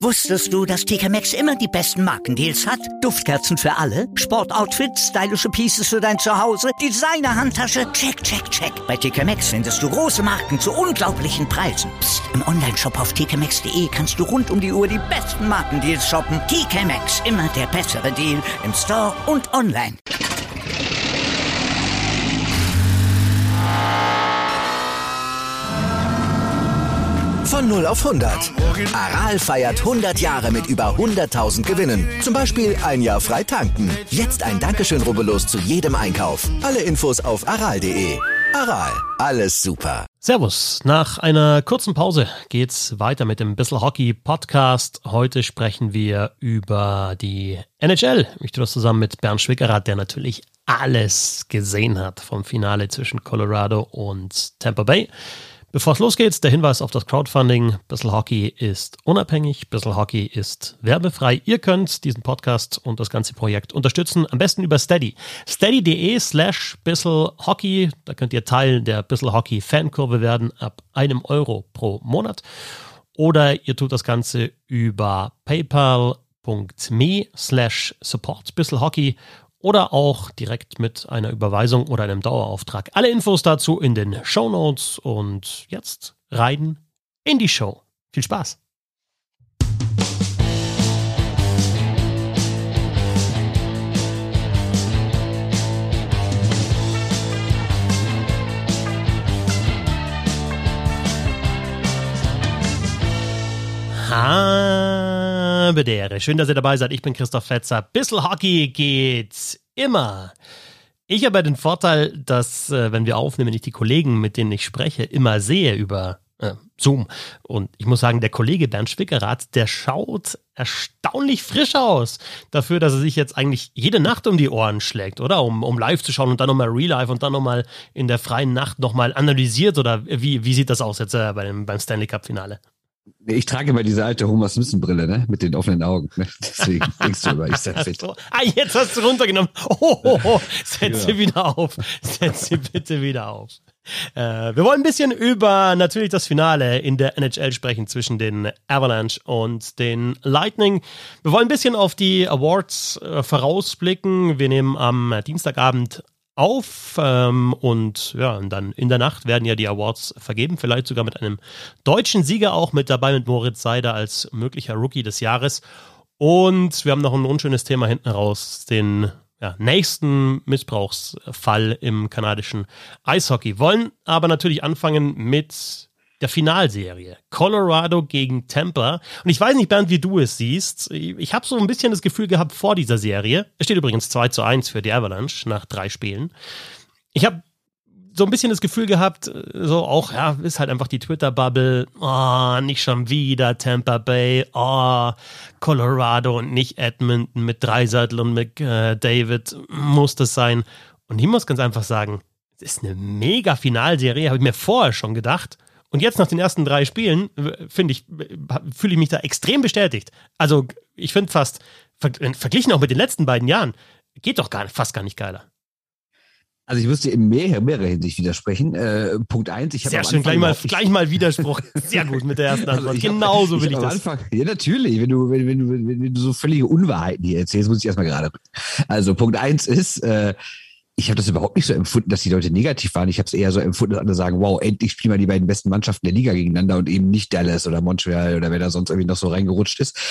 Wusstest du, dass TK Maxx immer die besten Markendeals hat? Duftkerzen für alle, Sportoutfits, stylische Pieces für dein Zuhause, Designer-Handtasche, check, check, check. Bei TK Maxx findest du große Marken zu unglaublichen Preisen. Psst. Im Onlineshop auf tkmaxx.de kannst du rund um die Uhr die besten Markendeals shoppen. TK Maxx, immer der bessere Deal im Store und online. Von 0 auf 100. Aral feiert 100 Jahre mit über 100.000 Gewinnen. Zum Beispiel ein Jahr frei tanken. Jetzt ein Dankeschön, rubbellos zu jedem Einkauf. Alle Infos auf aral.de. Aral, alles super. Servus, nach einer kurzen Pause geht's weiter mit dem Bissl Hockey Podcast. Heute sprechen wir über die NHL. Ich tue das zusammen mit Bernd Schwickerath, der natürlich alles gesehen hat vom Finale zwischen Colorado und Tampa Bay. Bevor es losgeht, der Hinweis auf das Crowdfunding. Bissl Hockey ist unabhängig, Bissl Hockey ist werbefrei. Ihr könnt diesen Podcast und das ganze Projekt unterstützen, am besten über Steady. Steady.de/bisslhockey, da könnt ihr Teil der Bissl Hockey Fankurve werden, ab €1 pro Monat. Oder ihr tut das Ganze über paypal.me/support Bissl Hockey. Oder auch direkt mit einer Überweisung oder einem Dauerauftrag. Alle Infos dazu in den Shownotes und jetzt rein in die Show. Viel Spaß! Schön, dass ihr dabei seid. Ich bin Christoph Fetzer. Bissl Hockey geht's immer. Ich habe den Vorteil, dass, wenn wir aufnehmen, ich die Kollegen, mit denen ich spreche, immer sehe über Zoom. Und ich muss sagen, der Kollege Bernd Schwickerath, der schaut erstaunlich frisch aus. Dafür, dass er sich jetzt eigentlich jede Nacht um die Ohren schlägt, oder? Um live zu schauen und dann nochmal Real Life und dann nochmal in der freien Nacht nochmal analysiert. Oder wie sieht das aus jetzt beim Stanley Cup Finale? Ich trage immer diese alte Homer Simpson-Brille, ne? Mit den offenen Augen. Ne? Deswegen denkst du immer, ich sei fit. Jetzt hast du runtergenommen. Setz sie wieder auf. Setz sie bitte wieder auf. Wir wollen ein bisschen über natürlich das Finale in der NHL sprechen zwischen den Avalanche und den Lightning. Wir wollen ein bisschen auf die Awards vorausblicken. Wir nehmen am Dienstagabend auf und dann in der Nacht werden ja die Awards vergeben, vielleicht sogar mit einem deutschen Sieger auch mit dabei, mit Moritz Seider als möglicher Rookie des Jahres. Und wir haben noch ein unschönes Thema hinten raus, den nächsten Missbrauchsfall im kanadischen Eishockey. Wollen aber natürlich anfangen mit der Finalserie. Colorado gegen Tampa. Und ich weiß nicht, Bernd, wie du es siehst. Ich habe so ein bisschen das Gefühl gehabt vor dieser Serie. Es steht übrigens 2:1 für die Avalanche nach 3 Spielen. Ich habe so ein bisschen das Gefühl gehabt, so auch, ist halt einfach die Twitter-Bubble. Oh, nicht schon wieder Tampa Bay. Oh, Colorado und nicht Edmonton mit Draisaitl und mit David. Muss das sein? Und ich muss ganz einfach sagen, es ist eine mega Finalserie, habe ich mir vorher schon gedacht. Und jetzt nach den ersten 3 Spielen, fühle ich mich da extrem bestätigt. Also ich finde fast, verglichen auch mit den letzten beiden Jahren, geht doch fast gar nicht geiler. Also ich müsste in mehrerer Hinsicht widersprechen. Punkt 1, ich habe sehr schön, gleich mal Widerspruch. Sehr gut mit der ersten Antwort. Genauso will ich das. Ja, natürlich. Wenn du so völlige Unwahrheiten hier erzählst, muss ich erstmal gerade rücken. Also Punkt 1 ist, ich habe das überhaupt nicht so empfunden, dass die Leute negativ waren. Ich habe es eher so empfunden, dass andere sagen, wow, endlich spielen wir die beiden besten Mannschaften der Liga gegeneinander und eben nicht Dallas oder Montreal oder wer da sonst irgendwie noch so reingerutscht ist.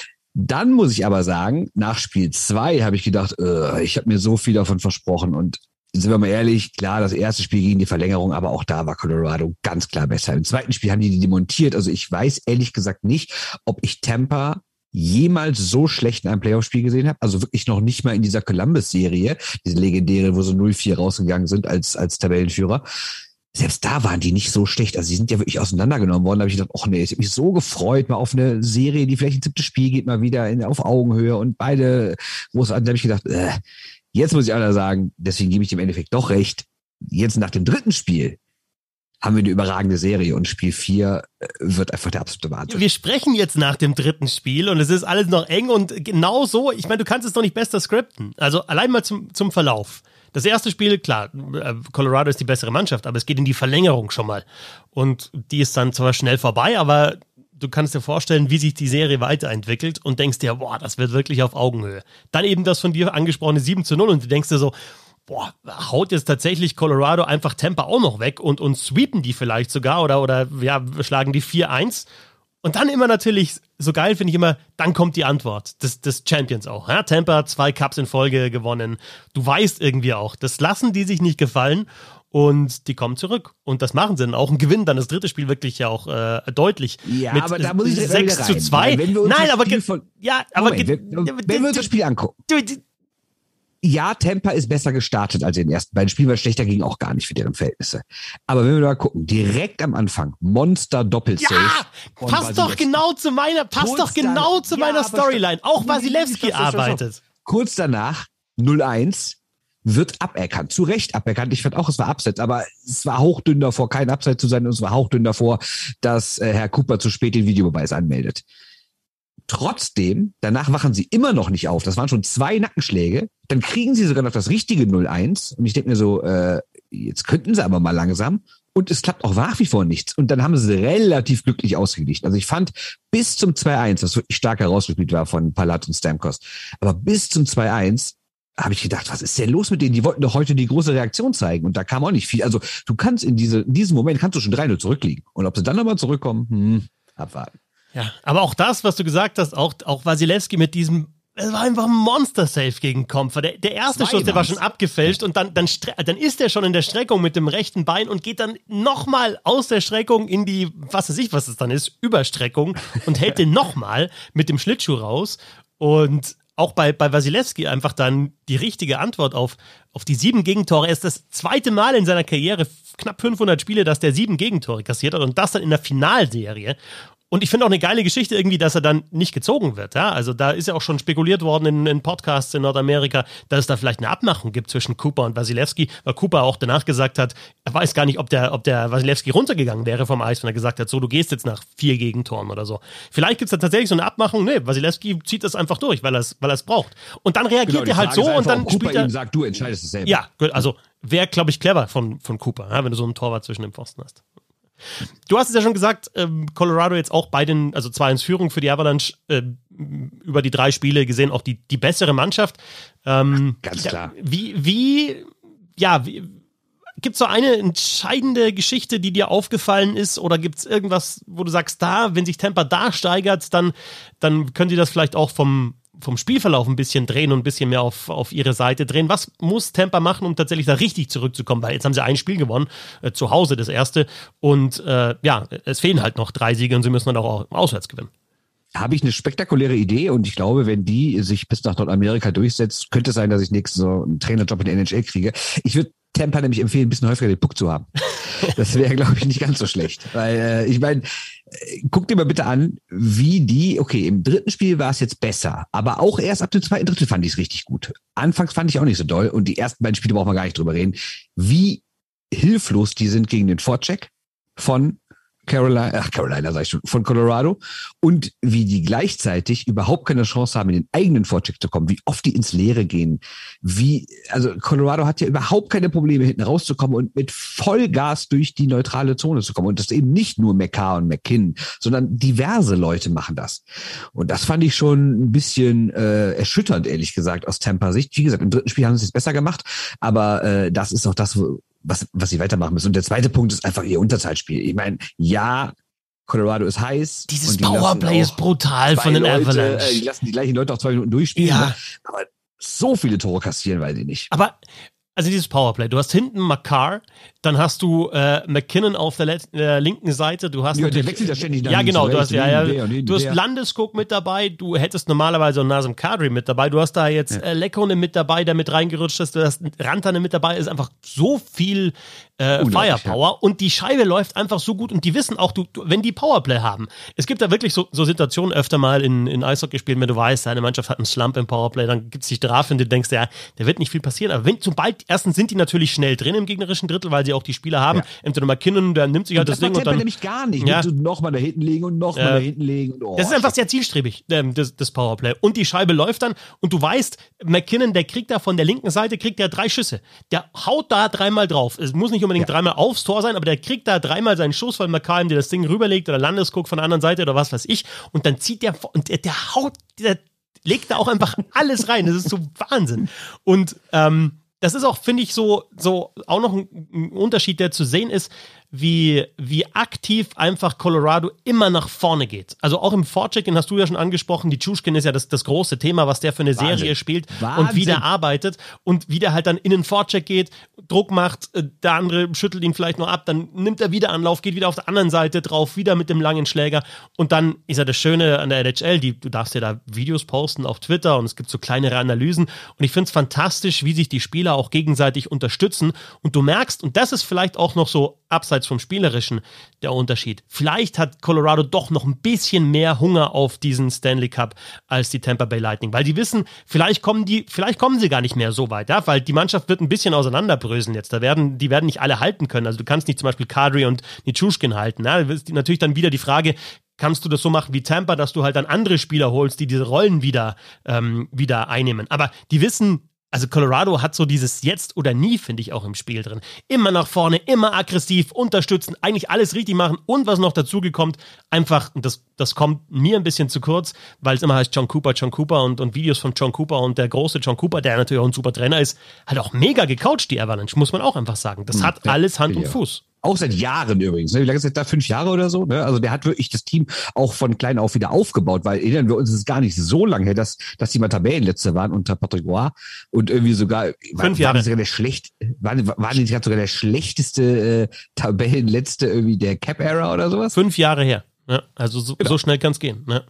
Dann muss ich aber sagen, nach Spiel 2 habe ich gedacht, ich habe mir so viel davon versprochen. Und sind wir mal ehrlich, klar, das erste Spiel gegen die Verlängerung, aber auch da war Colorado ganz klar besser. Im zweiten Spiel haben die demontiert. Also ich weiß ehrlich gesagt nicht, ob ich Tampa jemals so schlecht in einem Playoff-Spiel gesehen habe. Also wirklich noch nicht mal in dieser Columbus-Serie, diese legendäre, wo so 0-4 rausgegangen sind als Tabellenführer. Selbst da waren die nicht so schlecht. Also die sind ja wirklich auseinandergenommen worden. Da habe ich gedacht, ich habe mich so gefreut, mal auf eine Serie, die vielleicht ins 7. Spiel geht, mal wieder auf Augenhöhe und beide großartig. Da habe ich gedacht, jetzt muss ich aber sagen, deswegen gebe ich dem Endeffekt doch recht. Jetzt nach dem 3. Spiel haben wir eine überragende Serie und Spiel 4 wird einfach der absolute Wahnsinn. Wir sprechen jetzt nach dem 3. Spiel und es ist alles noch eng und genau so, ich meine, du kannst es doch nicht besser skripten. Also allein mal zum Verlauf. Das erste Spiel, klar, Colorado ist die bessere Mannschaft, aber es geht in die Verlängerung schon mal. Und die ist dann zwar schnell vorbei, aber du kannst dir vorstellen, wie sich die Serie weiterentwickelt und denkst dir, boah, das wird wirklich auf Augenhöhe. Dann eben das von dir angesprochene 7-0 und du denkst dir so, boah, haut jetzt tatsächlich Colorado einfach Tampa auch noch weg und sweepen die vielleicht sogar oder schlagen die 4-1. Und dann immer natürlich, so geil finde ich immer, dann kommt die Antwort des Champions auch. Ja, Tampa hat 2 Cups in Folge gewonnen. Du weißt irgendwie auch, das lassen die sich nicht gefallen und die kommen zurück. Und das machen sie dann auch und gewinnen dann das dritte Spiel wirklich ja auch deutlich. Ja, mit aber da muss ich 6-2. Nein, aber wenn wir uns das Spiel angucken. Ja, Tampa ist besser gestartet als in den ersten beiden Spielen, weil schlechter ging auch gar nicht für deren Verhältnisse. Aber wenn wir mal gucken, direkt am Anfang, Monster-Doppelsave. Ja, passt doch genau zu meiner Storyline. Auch Wasilewski arbeitet. Kurz danach, 0-1, wird aberkannt. Zu Recht aberkannt. Ich fand auch, es war Abseits, aber es war hauchdünn davor, kein Abseits zu sein und es war hauchdünn davor, dass Herr Cooper zu spät den Videobeweis anmeldet. Trotzdem, danach wachen sie immer noch nicht auf. Das waren schon 2 Nackenschläge. Dann kriegen sie sogar noch das richtige 0-1. Und ich denke mir so, jetzt könnten sie aber mal langsam. Und es klappt auch nach wie vor nichts. Und dann haben sie relativ glücklich ausgeglichen. Also ich fand bis zum 2-1, was wirklich stark herausgespielt war von Palat und Stamkos, aber bis zum 2-1 habe ich gedacht, was ist denn los mit denen? Die wollten doch heute die große Reaktion zeigen. Und da kam auch nicht viel. Also du kannst in diesem Moment kannst du schon 3-0 zurückliegen. Und ob sie dann nochmal zurückkommen, abwarten. Ja, aber auch das, was du gesagt hast, auch Wasilewski mit diesem, es war einfach ein Monster-Save gegen Kompfer. Der erste Schuss, der war schon abgefälscht und dann ist er schon in der Streckung mit dem rechten Bein und geht dann nochmal aus der Streckung in die, was weiß ich, was es dann ist, Überstreckung und hält den nochmal mit dem Schlittschuh raus. Und auch bei Wasilewski einfach dann die richtige Antwort auf die 7 Gegentore. Er ist das zweite Mal in seiner Karriere, knapp 500 Spiele, dass der 7 Gegentore kassiert hat und das dann in der Finalserie. Und ich finde auch eine geile Geschichte irgendwie, dass er dann nicht gezogen wird. Ja? Also da ist ja auch schon spekuliert worden in Podcasts in Nordamerika, dass es da vielleicht eine Abmachung gibt zwischen Cooper und Wasilewski, weil Cooper auch danach gesagt hat, er weiß gar nicht, ob der Wasilewski runtergegangen wäre vom Eis, wenn er gesagt hat, so, du gehst jetzt nach 4 Gegentoren oder so. Vielleicht gibt es da tatsächlich so eine Abmachung, nee, Wasilewski zieht das einfach durch, weil er es braucht. Und dann reagiert er halt so und dann Cooper spielt er... ihm sagt, du entscheidest es selber. Ja, also wäre, glaube ich, clever von Cooper, ja, wenn du so einen Torwart zwischen den Pfosten hast. Du hast es ja schon gesagt, Colorado jetzt auch bei den, also 2-1 Führung für die Avalanche, über die 3 Spiele gesehen, auch die bessere Mannschaft. Ganz klar. Gibt es so eine entscheidende Geschichte, die dir aufgefallen ist, oder gibt es irgendwas, wo du sagst, wenn sich Tampa da steigert, dann können sie das vielleicht auch vom Spielverlauf ein bisschen drehen und ein bisschen mehr auf ihre Seite drehen. Was muss Tampa machen, um tatsächlich da richtig zurückzukommen? Weil jetzt haben sie ein Spiel gewonnen, zu Hause das erste. Und es fehlen halt noch 3 Siege und sie müssen dann auch auswärts gewinnen. Habe ich eine spektakuläre Idee und ich glaube, wenn die sich bis nach Nordamerika durchsetzt, könnte es sein, dass ich nächstes so einen Trainerjob in der NHL kriege. Ich würde Tampa nämlich empfehlen, ein bisschen häufiger den Puck zu haben. Das wäre, glaube ich, nicht ganz so schlecht. Weil ich meine, guck dir mal bitte an, okay, im 3. Spiel war es jetzt besser, aber auch erst ab dem 2. Drittel fand ich es richtig gut. Anfangs fand ich auch nicht so doll und die ersten beiden Spiele brauchen wir gar nicht drüber reden, wie hilflos die sind gegen den Vorcheck von von Colorado und wie die gleichzeitig überhaupt keine Chance haben, in den eigenen Vorcheck zu kommen, wie oft die ins Leere gehen, also Colorado hat ja überhaupt keine Probleme, hinten rauszukommen und mit Vollgas durch die neutrale Zone zu kommen und das eben nicht nur McCarr und McKinnon, sondern diverse Leute machen das und das fand ich schon ein bisschen erschütternd, ehrlich gesagt, aus Tampa-Sicht. Wie gesagt, im 3. Spiel haben sie es besser gemacht, aber das ist auch das, was sie weitermachen müssen. Und der zweite Punkt ist einfach ihr Unterzahlspiel. Ich meine, ja, Colorado ist heiß. Dieses Powerplay ist brutal von den Avalanche. Die lassen die gleichen Leute auch 2 Minuten durchspielen. Ja. Ne? Aber so viele Tore kassieren, weiß ich nicht. Aber, also dieses Powerplay, du hast hinten McCarr, dann hast du McKinnon auf der linken Seite, du hast der wechselt ja ständig nach ja genau, du hast du hast Landeskog mit dabei, du hättest normalerweise auch Nazem Kadri mit dabei, du hast da jetzt Lekkonen mit dabei, der mit reingerutscht ist, du hast Rantanen mit dabei, ist einfach so viel Firepower und die Scheibe läuft einfach so gut und die wissen auch, wenn die Powerplay haben, es gibt da wirklich so Situationen öfter mal in Eishockeyspielen, wenn du weißt, deine Mannschaft hat einen Slump im Powerplay, dann gibt es die Strafe und du denkst, der wird nicht viel passieren, aber erstens sind die natürlich schnell drin im gegnerischen Drittel, weil sie sie auch die Spieler haben. Ja. Entweder McKinnon, der nimmt sich halt das Ding und dann... nämlich gar nicht. Ja. Nochmal da hinten legen und nochmal da hinten legen. Und, das ist einfach sehr zielstrebig, das Powerplay. Und die Scheibe läuft dann und du weißt, McKinnon, der kriegt da von der linken Seite 3 Schüsse. Der haut da 3-mal drauf. Es muss nicht unbedingt 3-mal aufs Tor sein, aber der kriegt da 3-mal seinen Schuss, weil McCallum dir das Ding rüberlegt oder Landeskog von der anderen Seite oder was weiß ich. Und dann zieht der und der haut, der legt da auch einfach alles rein. Das ist so Wahnsinn. Und das ist auch, finde ich, so auch noch ein Unterschied, der zu sehen ist, wie aktiv einfach Colorado immer nach vorne geht. Also auch im Forecheck, den hast du ja schon angesprochen, die Tschuschkin ist ja das große Thema, was der für eine Serie spielt und wie der arbeitet und wie der halt dann in den Forecheck geht, Druck macht, der andere schüttelt ihn vielleicht noch ab, dann nimmt er wieder Anlauf, geht wieder auf der anderen Seite drauf, wieder mit dem langen Schläger und dann ist ja das Schöne an der NHL, du darfst ja da Videos posten auf Twitter und es gibt so kleinere Analysen und ich finde es fantastisch, wie sich die Spieler auch gegenseitig unterstützen und du merkst, und das ist vielleicht auch noch so abseits vom Spielerischen der Unterschied. Vielleicht hat Colorado doch noch ein bisschen mehr Hunger auf diesen Stanley Cup als die Tampa Bay Lightning, weil die wissen, vielleicht kommen sie gar nicht mehr so weit, ja? Weil die Mannschaft wird ein bisschen auseinanderbröseln jetzt. Die werden nicht alle halten können. Also du kannst nicht zum Beispiel Kadri und Nichushkin halten. Ja? Da ist natürlich dann wieder die Frage, kannst du das so machen wie Tampa, dass du halt dann andere Spieler holst, die diese Rollen wieder einnehmen. Aber die wissen, also Colorado hat so dieses Jetzt oder Nie, finde ich, auch im Spiel drin. Immer nach vorne, immer aggressiv, unterstützen, eigentlich alles richtig machen und was noch dazu kommt, einfach, und das kommt mir ein bisschen zu kurz, weil es immer heißt John Cooper und Videos von John Cooper und der große John Cooper, der natürlich auch ein super Trainer ist, hat auch mega gecoacht, die Avalanche, muss man auch einfach sagen. Das hat alles Hand und Fuß. Auch seit Jahren übrigens. Ne? Wie lange ist das da? 5 Jahre oder so? Ne? Also der hat wirklich das Team auch von klein auf wieder aufgebaut, weil erinnern wir uns, es ist gar nicht so lange her, dass die mal Tabellenletzte waren unter Patrick Roy und irgendwie sogar 5 Jahre. Waren die gerade sogar der schlechteste Tabellenletzte irgendwie der Cap-Era oder sowas? 5 Jahre her. Ja, also so schnell kann es gehen. Ne?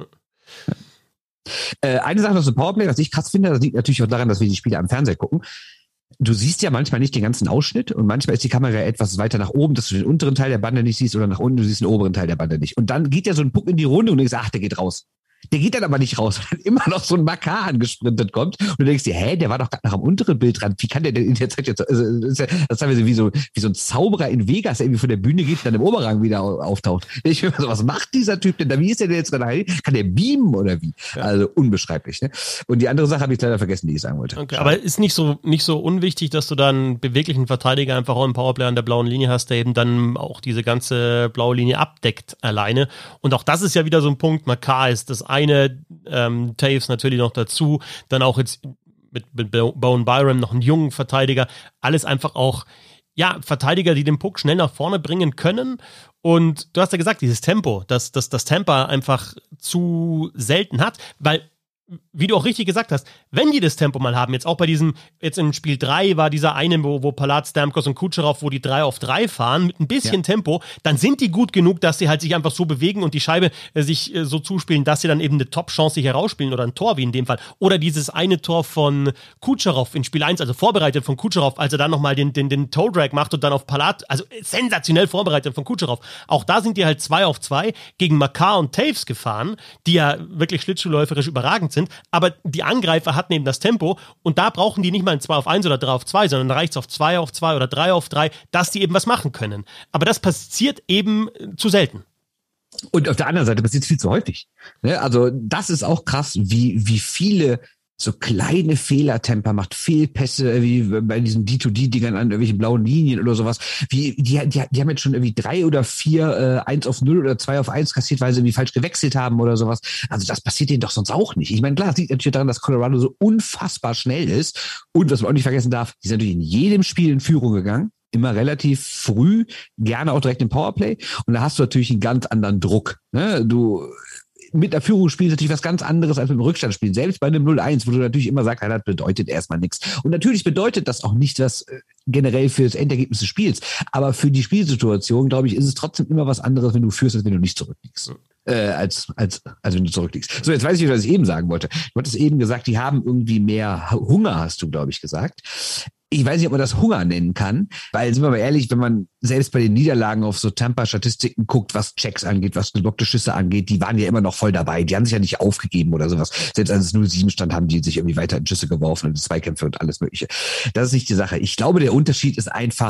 Eine Sache noch zum Powerplay, was ich krass finde, das liegt natürlich auch daran, dass wir die Spiele am Fernseher gucken. Du siehst ja manchmal nicht den ganzen Ausschnitt und manchmal ist die Kamera etwas weiter nach oben, dass du den unteren Teil der Bande nicht siehst oder nach unten, du siehst den oberen Teil der Bande nicht. Und dann geht ja so ein Puck in die Runde und du denkst, ach, der geht raus. Der geht dann aber nicht raus, weil immer noch so ein Makar angesprintet kommt und du denkst dir, der war doch gerade nach am unteren Bildrand. Wie kann der denn in der Zeit jetzt, also das ist teilweise wie so ein Zauberer in Vegas, der irgendwie von der Bühne geht und dann im Oberrang wieder auftaucht. Ich höre so, was macht dieser Typ denn da? Wie ist der denn jetzt gerade? Kann der beamen oder wie? Ja. Also unbeschreiblich, ne? Und die andere Sache habe ich leider vergessen, die ich sagen wollte. Okay, aber ist nicht so unwichtig, dass du dann einen beweglichen Verteidiger einfach auch im Powerplay an der blauen Linie hast, der eben dann auch diese ganze blaue Linie abdeckt alleine. Und auch das ist ja wieder so ein Punkt. Makar ist das eine, Taves natürlich noch dazu, dann auch jetzt mit Bowen Byram noch einen jungen Verteidiger, alles einfach auch, ja, Verteidiger, die den Puck schnell nach vorne bringen können und du hast ja gesagt, dieses Tempo, das Tampa einfach zu selten hat, weil wie du auch richtig gesagt hast, wenn die das Tempo mal haben, jetzt auch bei diesem, jetzt in Spiel 3 war dieser eine, wo Palat, Stamkos und Kucherov, wo die 3-auf-3 fahren, mit ein bisschen Tempo, dann sind die gut genug, dass sie halt sich einfach so bewegen und die Scheibe sich so zuspielen, dass sie dann eben eine Top-Chance sich herausspielen oder ein Tor, wie in dem Fall. Oder dieses eine Tor von Kucherov in Spiel 1, also vorbereitet von Kucherov, als er dann nochmal den Toe-Drag macht und dann auf Palat, also sensationell vorbereitet von Kucherov. Auch da sind die halt 2-auf-2 gegen Makar und Taves gefahren, die ja wirklich schlittschuhläuferisch überragend sind. Aber die Angreifer hatten eben das Tempo und da brauchen die nicht mal ein 2-auf-1 oder 3-auf-2, sondern da reicht es auf 2-auf-2 oder 3-auf-3, dass die eben was machen können. Aber das passiert eben zu selten. Und auf der anderen Seite passiert es viel zu häufig. Also das ist auch krass, wie viele so kleine Fehler Tampa macht, Fehlpässe, wie bei diesen D2D-Dingern an irgendwelchen blauen Linien oder sowas. Die haben jetzt schon irgendwie 3 oder 4 1-auf-0 oder 2-auf-1 kassiert, weil sie irgendwie falsch gewechselt haben oder sowas. Also das passiert denen doch sonst auch nicht. Ich meine, klar, es liegt natürlich daran, dass Colorado so unfassbar schnell ist. Und was man auch nicht vergessen darf, die sind natürlich in jedem Spiel in Führung gegangen. Immer relativ früh, gerne auch direkt im Powerplay. Und da hast du natürlich einen ganz anderen Druck. Ne? Du mit der Führung spielst natürlich was ganz anderes als mit dem Rückstand spielen. Selbst bei einem 0-1, wo du natürlich immer sagst, das bedeutet erstmal nichts. Und natürlich bedeutet das auch nicht was generell für das Endergebnis des Spiels. Aber für die Spielsituation, glaube ich, ist es trotzdem immer was anderes, wenn du führst, als wenn du nicht zurückliegst. Als wenn du zurückliegst. So, jetzt weiß ich, was ich eben sagen wollte. Du hattest eben gesagt, die haben irgendwie mehr Hunger, hast du, glaube ich, gesagt. Ich weiß nicht, ob man das Hunger nennen kann, weil, sind wir mal ehrlich, wenn man selbst bei den Niederlagen auf so Tampa-Statistiken guckt, was Checks angeht, was geblockte Schüsse angeht, die waren ja immer noch voll dabei. Die haben sich ja nicht aufgegeben oder sowas. Selbst als es 0-7 stand, haben die sich irgendwie weiter in Schüsse geworfen und Zweikämpfe und alles Mögliche. Das ist nicht die Sache. Ich glaube, der Unterschied ist einfach,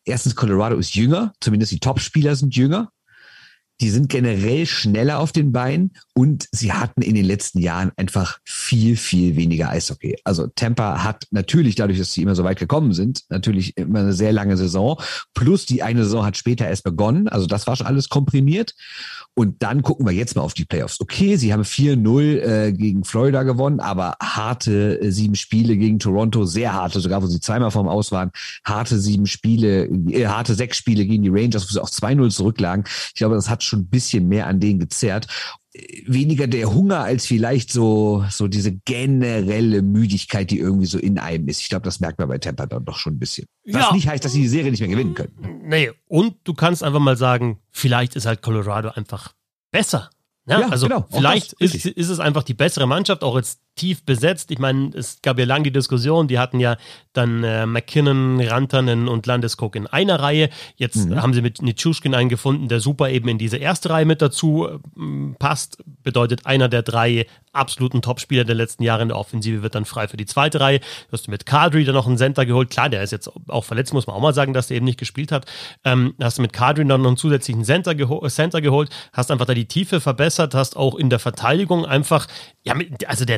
erstens Colorado ist jünger, zumindest die Top-Spieler sind jünger. Die sind generell schneller auf den Beinen und sie hatten in den letzten Jahren einfach viel, viel weniger Eishockey. Also Tampa hat natürlich, dadurch, dass sie immer so weit gekommen sind, natürlich immer eine sehr lange Saison. Plus die eine Saison hat später erst begonnen. Also das war schon alles komprimiert. Und dann gucken wir jetzt mal auf die Playoffs. Okay, sie haben 4-0 gegen Florida gewonnen, aber harte 7 Spiele gegen Toronto, sehr harte, sogar wo sie zweimal vorm Aus waren, harte 6 Spiele gegen die Rangers, wo sie auch 2-0 zurücklagen. Ich glaube, das hat schon ein bisschen mehr an denen gezerrt. Weniger der Hunger als vielleicht so diese generelle Müdigkeit, die irgendwie so in einem ist. Ich glaube, das merkt man bei Tampa dann doch schon ein bisschen. Was nicht heißt, dass sie die Serie nicht mehr gewinnen können. Nee, und du kannst einfach mal sagen, vielleicht ist halt Colorado einfach besser. Ja, also genau, vielleicht ist es einfach die bessere Mannschaft, auch jetzt tief besetzt. Ich meine, es gab ja lange die Diskussion, die hatten ja dann McKinnon, Rantanen und Landeskog in einer Reihe. Jetzt haben sie mit Nichushkin einen gefunden, der super eben in diese erste Reihe mit dazu passt. Bedeutet, einer der 3 absoluten Topspieler der letzten Jahre in der Offensive wird dann frei für die zweite Reihe. Du hast mit Kadri dann noch einen Center geholt. Klar, der ist jetzt auch verletzt, muss man auch mal sagen, dass der eben nicht gespielt hat. Hast du mit Kadri dann noch einen zusätzlichen Center geholt, hast einfach da die Tiefe verbessert, hast auch in der Verteidigung einfach, also der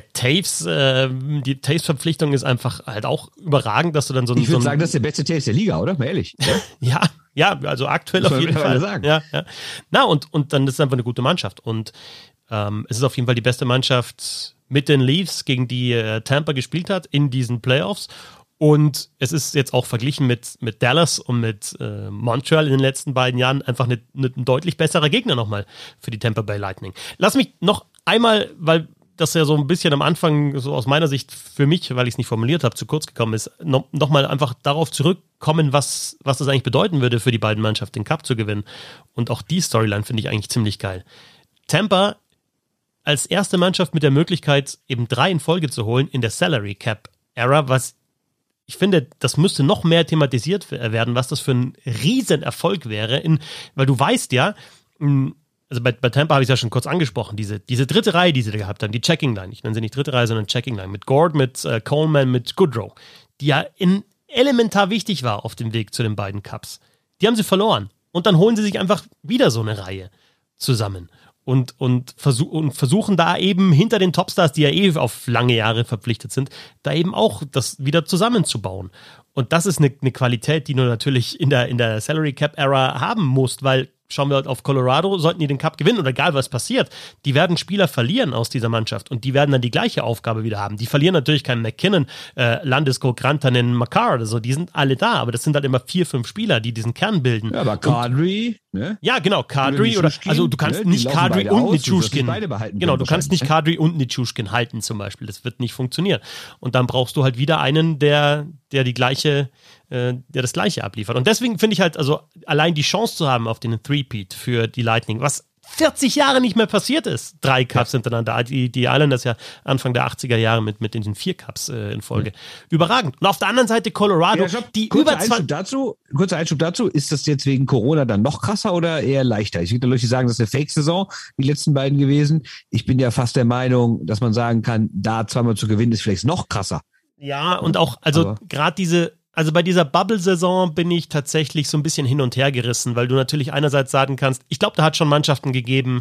die Taves-Verpflichtung ist einfach halt auch überragend, dass du dann so ein... Ich würde sagen, das ist der beste Taves der Liga, oder? Mal ehrlich. Ja, also aktuell auf jeden Fall. Sagen. Ja. Na, und dann ist es einfach eine gute Mannschaft. Und es ist auf jeden Fall die beste Mannschaft mit den Leafs, gegen die Tampa gespielt hat in diesen Playoffs. Und es ist jetzt auch verglichen mit Dallas und mit Montreal in den letzten beiden Jahren einfach ein deutlich besserer Gegner nochmal für die Tampa Bay Lightning. Lass mich noch einmal, weil das ja so ein bisschen am Anfang, so aus meiner Sicht für mich, weil ich es nicht formuliert habe, zu kurz gekommen ist, noch mal einfach darauf zurückkommen, was das eigentlich bedeuten würde für die beiden Mannschaften, den Cup zu gewinnen. Und auch die Storyline finde ich eigentlich ziemlich geil. Tampa als erste Mannschaft mit der Möglichkeit, eben 3 in Folge zu holen in der Salary Cap Era, was ich finde, das müsste noch mehr thematisiert werden, was das für ein Riesenerfolg wäre, weil du weißt ja, also bei Tampa habe ich es ja schon kurz angesprochen, diese dritte Reihe, die sie da gehabt haben, die Checking Line, ich nenne sie nicht dritte Reihe, sondern Checking Line, mit Gord, mit Coleman, mit Goodrow, die ja elementar wichtig war auf dem Weg zu den beiden Cups. Die haben sie verloren und dann holen sie sich einfach wieder so eine Reihe zusammen und versuchen da eben hinter den Topstars, die ja auf lange Jahre verpflichtet sind, da eben auch das wieder zusammenzubauen. Und das ist eine Qualität, die du natürlich in der Salary Cap Era haben musst, weil schauen wir halt auf Colorado, sollten die den Cup gewinnen oder egal was passiert, die werden Spieler verlieren aus dieser Mannschaft und die werden dann die gleiche Aufgabe wieder haben. Die verlieren natürlich keinen McKinnon, Landeskog, Rantanen, Makar oder so, die sind alle da, aber das sind halt immer 4, 5 Spieler, die diesen Kern bilden. Ja, aber Kadri, ne? Ja, genau, Kadri oder, also du kannst nicht Kadri und Nichushkin, genau, du kannst nicht Kadri und Nichushkin halten zum Beispiel, das wird nicht funktionieren. Und dann brauchst du halt wieder einen, der das Gleiche abliefert. Und deswegen finde ich halt, also allein die Chance zu haben auf den Three-Peat für die Lightning, was 40 Jahre nicht mehr passiert ist. 3 Cups hintereinander. Die Islanders ja Anfang der 80er Jahre mit den 4 Cups in Folge. Überragend. Und auf der anderen Seite Colorado, die über 20... Kurzer Einschub dazu. Ist das jetzt wegen Corona dann noch krasser oder eher leichter? Ich würde Leute sagen, das ist eine Fake-Saison, die letzten beiden gewesen. Ich bin ja fast der Meinung, dass man sagen kann, da zweimal zu gewinnen, ist vielleicht noch krasser. Ja, und auch, also gerade bei dieser Bubble-Saison bin ich tatsächlich so ein bisschen hin und her gerissen, weil du natürlich einerseits sagen kannst, ich glaube, da hat schon Mannschaften gegeben,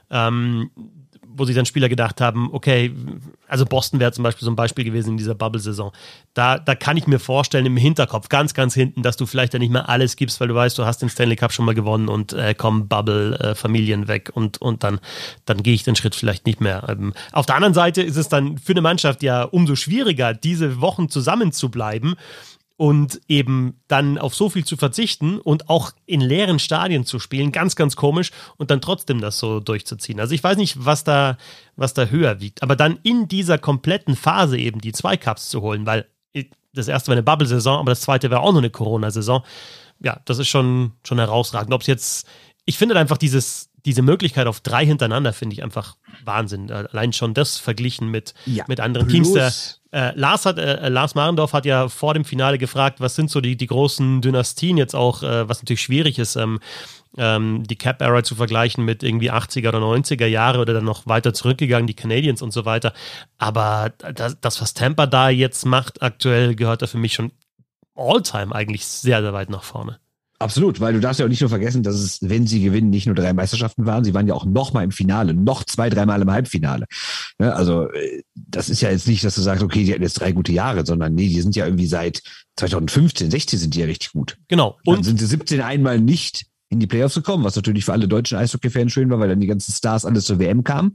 wo sich dann Spieler gedacht haben, okay, also Boston wäre zum Beispiel so ein Beispiel gewesen in dieser Bubble-Saison. Da kann ich mir vorstellen, im Hinterkopf, ganz, ganz hinten, dass du vielleicht ja nicht mehr alles gibst, weil du weißt, du hast den Stanley Cup schon mal gewonnen und kommen Bubble, Familien weg und dann gehe ich den Schritt vielleicht nicht mehr. Auf der anderen Seite ist es dann für eine Mannschaft ja umso schwieriger, diese Wochen zusammen zu bleiben und eben dann auf so viel zu verzichten und auch in leeren Stadien zu spielen, ganz, ganz komisch, und dann trotzdem das so durchzuziehen. Also ich weiß nicht, was da höher wiegt, aber dann in dieser kompletten Phase eben die 2 Cups zu holen, weil das erste war eine Bubble-Saison, aber das zweite war auch noch eine Corona-Saison. Ja, das ist schon herausragend. Ob es jetzt, ich finde einfach diese Möglichkeit auf 3 hintereinander finde ich einfach Wahnsinn. Allein schon das verglichen mit anderen Teams. Lars Marendorf hat ja vor dem Finale gefragt, was sind so die großen Dynastien jetzt auch, was natürlich schwierig ist, die Cap-Era zu vergleichen mit irgendwie 80er oder 90er Jahre oder dann noch weiter zurückgegangen, die Canadiens und so weiter. Aber das, was Tampa da jetzt macht aktuell, gehört da für mich schon all-time eigentlich sehr, sehr weit nach vorne. Absolut, weil du darfst ja auch nicht nur vergessen, dass es, wenn sie gewinnen, nicht nur 3 Meisterschaften waren, sie waren ja auch noch mal im Finale, noch 2-3 Mal im Halbfinale. Ja, also das ist ja jetzt nicht, dass du sagst, okay, die hatten jetzt 3 gute Jahre, sondern nee, die sind ja irgendwie seit 2015, 16 sind die ja richtig gut. Genau. Und dann sind sie 17 einmal nicht in die Playoffs gekommen, was natürlich für alle deutschen Eishockey-Fans schön war, weil dann die ganzen Stars alles zur WM kamen.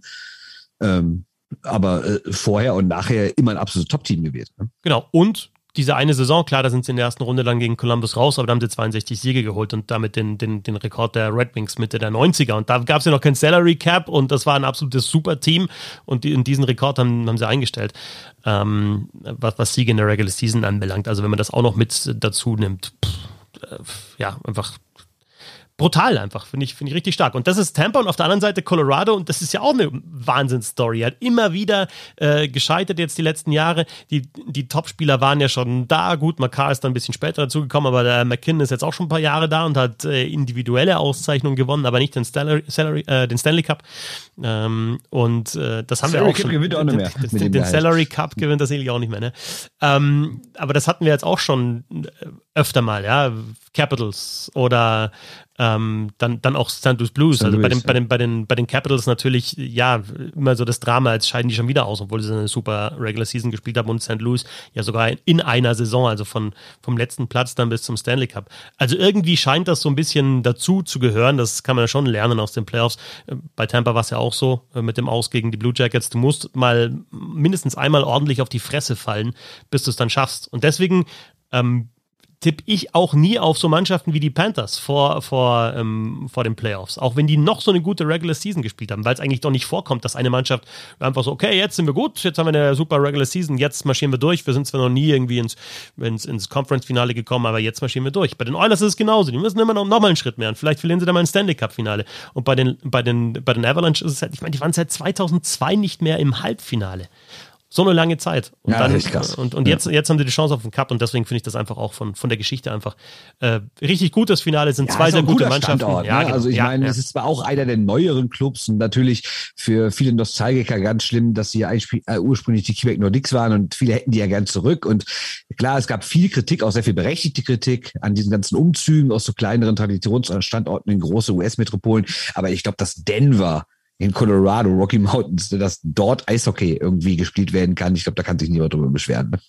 Aber vorher und nachher immer ein absolutes Top-Team gewesen. Ne? Genau. Und diese eine Saison, klar, da sind sie in der ersten Runde dann gegen Columbus raus, aber da haben sie 62 Siege geholt und damit den Rekord der Red Wings Mitte der 90er. Und da gab es ja noch kein Salary Cap und das war ein absolutes Super-Team und diesen Rekord haben sie eingestellt, was Siege in der Regular Season anbelangt. Also wenn man das auch noch mit dazu nimmt, einfach brutal einfach, finde ich richtig stark. Und das ist Tampa und auf der anderen Seite Colorado und das ist ja auch eine Wahnsinnsstory. Hat immer wieder gescheitert jetzt die letzten Jahre. Die Topspieler waren ja schon da. Gut, Makar ist dann ein bisschen später dazugekommen, aber der McKinnon ist jetzt auch schon ein paar Jahre da und hat individuelle Auszeichnungen gewonnen, aber nicht den Stanley Cup. Das haben wir auch schon. Gewinnt auch nicht mehr Den Salary Cup gewinnt das eigentlich auch nicht mehr. Ne? Aber das hatten wir jetzt auch schon öfter mal, ja. Capitals oder dann auch St. Louis Blues. Also bei den Capitals natürlich, ja, immer so das Drama, jetzt scheiden die schon wieder aus, obwohl sie eine super Regular Season gespielt haben und St. Louis ja sogar in einer Saison, also vom letzten Platz dann bis zum Stanley Cup. Also irgendwie scheint das so ein bisschen dazu zu gehören, das kann man ja schon lernen aus den Playoffs. Bei Tampa war es ja auch so, mit dem Aus gegen die Blue Jackets, du musst mal mindestens einmal ordentlich auf die Fresse fallen, bis du es dann schaffst. Und deswegen tippe ich auch nie auf so Mannschaften wie die Panthers vor den Playoffs. Auch wenn die noch so eine gute Regular Season gespielt haben, weil es eigentlich doch nicht vorkommt, dass eine Mannschaft einfach so, okay, jetzt sind wir gut, jetzt haben wir eine super Regular Season, jetzt marschieren wir durch. Wir sind zwar noch nie irgendwie ins Conference-Finale gekommen, aber jetzt marschieren wir durch. Bei den Oilers ist es genauso. Die müssen immer noch mal einen Schritt mehr und vielleicht verlieren sie dann mal ein Stanley Cup-Finale. Und bei den Avalanche ist es halt, ich meine, die waren seit 2002 nicht mehr im Halbfinale. So eine lange Zeit. Und ja, dann, das ist krass. Und jetzt haben sie die Chance auf den Cup und deswegen finde ich das einfach auch von der Geschichte einfach richtig gut. Das Finale sind zwei sehr gute Mannschaften. Standort, ja, ne? genau. Also ich meine, es ist zwar auch einer der neueren Clubs und natürlich für viele Nostalgiker ganz schlimm, dass sie ursprünglich die Quebec Nordiques waren und viele hätten die ja gern zurück. Und klar, es gab viel Kritik, auch sehr viel berechtigte Kritik an diesen ganzen Umzügen aus so kleineren Traditionsstandorten in große US-Metropolen. Aber ich glaube, dass Denver in Colorado, Rocky Mountains, dass dort Eishockey irgendwie gespielt werden kann. Ich glaube, da kann sich niemand drüber beschweren. Ne?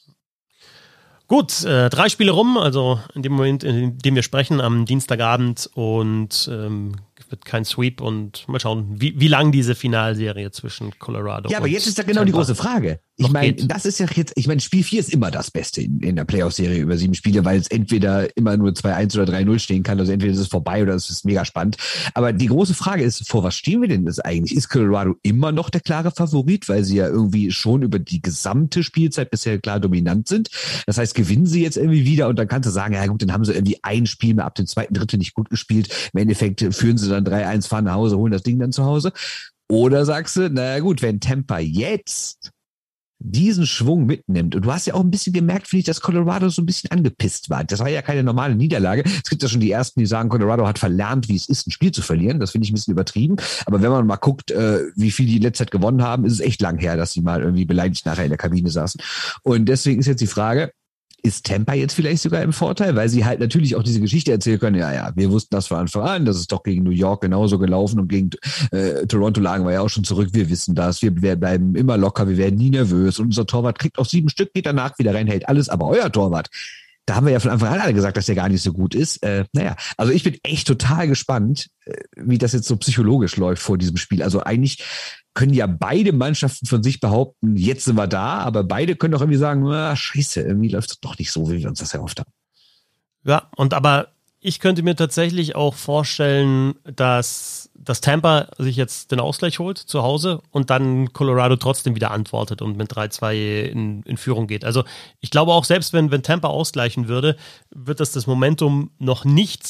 Gut, 3 Spiele rum, also in dem Moment, in dem wir sprechen, am Dienstagabend und wird kein Sweep und mal schauen, wie lang diese Finalserie zwischen Colorado Ja, aber und jetzt ist ja genau Tampa die große Frage. Ich meine, geht. das ist ja jetzt, ich meine, Spiel 4 ist immer das Beste in der Playoff-Serie über 7 Spiele, weil es entweder immer nur 2-1 oder 3-0 stehen kann, also entweder ist es vorbei oder es ist mega spannend. Aber die große Frage ist, vor was stehen wir denn das eigentlich? Ist Colorado immer noch der klare Favorit, weil sie ja irgendwie schon über die gesamte Spielzeit bisher klar dominant sind? Das heißt, gewinnen sie jetzt irgendwie wieder und dann kannst du sagen, ja gut, dann haben sie irgendwie ein Spiel mehr ab dem 2., 3. nicht gut gespielt. Im Endeffekt führen sie dann 3-1, fahren nach Hause, holen das Ding dann zu Hause. Oder sagst du, naja gut, wenn Tampa jetzt diesen Schwung mitnimmt, und du hast ja auch ein bisschen gemerkt, finde ich, dass Colorado so ein bisschen angepisst war. Das war ja keine normale Niederlage. Es gibt ja schon die Ersten, die sagen, Colorado hat verlernt, wie es ist, ein Spiel zu verlieren. Das finde ich ein bisschen übertrieben. Aber wenn man mal guckt, wie viel die in letzter Zeit gewonnen haben, ist es echt lang her, dass sie mal irgendwie beleidigt nachher in der Kabine saßen. Und deswegen ist jetzt die Frage, ist Tampa jetzt vielleicht sogar im Vorteil, weil sie halt natürlich auch diese Geschichte erzählen können, ja, wir wussten das von Anfang an, das ist doch gegen New York genauso gelaufen und gegen Toronto lagen wir ja auch schon zurück, wir wissen das, wir bleiben immer locker, wir werden nie nervös und unser Torwart kriegt auch 7 Stück, geht danach wieder rein, hält alles, aber euer Torwart, da haben wir ja von Anfang an alle gesagt, dass der gar nicht so gut ist. Also ich bin echt total gespannt, wie das jetzt so psychologisch läuft vor diesem Spiel. Also eigentlich können ja beide Mannschaften von sich behaupten, jetzt sind wir da, aber beide können doch irgendwie sagen, scheiße, irgendwie läuft es doch nicht so, wie wir uns das erhofft haben. Ja, aber ich könnte mir tatsächlich auch vorstellen, dass Tampa sich jetzt den Ausgleich holt zu Hause und dann Colorado trotzdem wieder antwortet und mit 3-2 in Führung geht. Also ich glaube auch, selbst wenn Tampa ausgleichen würde, wird das Momentum noch nicht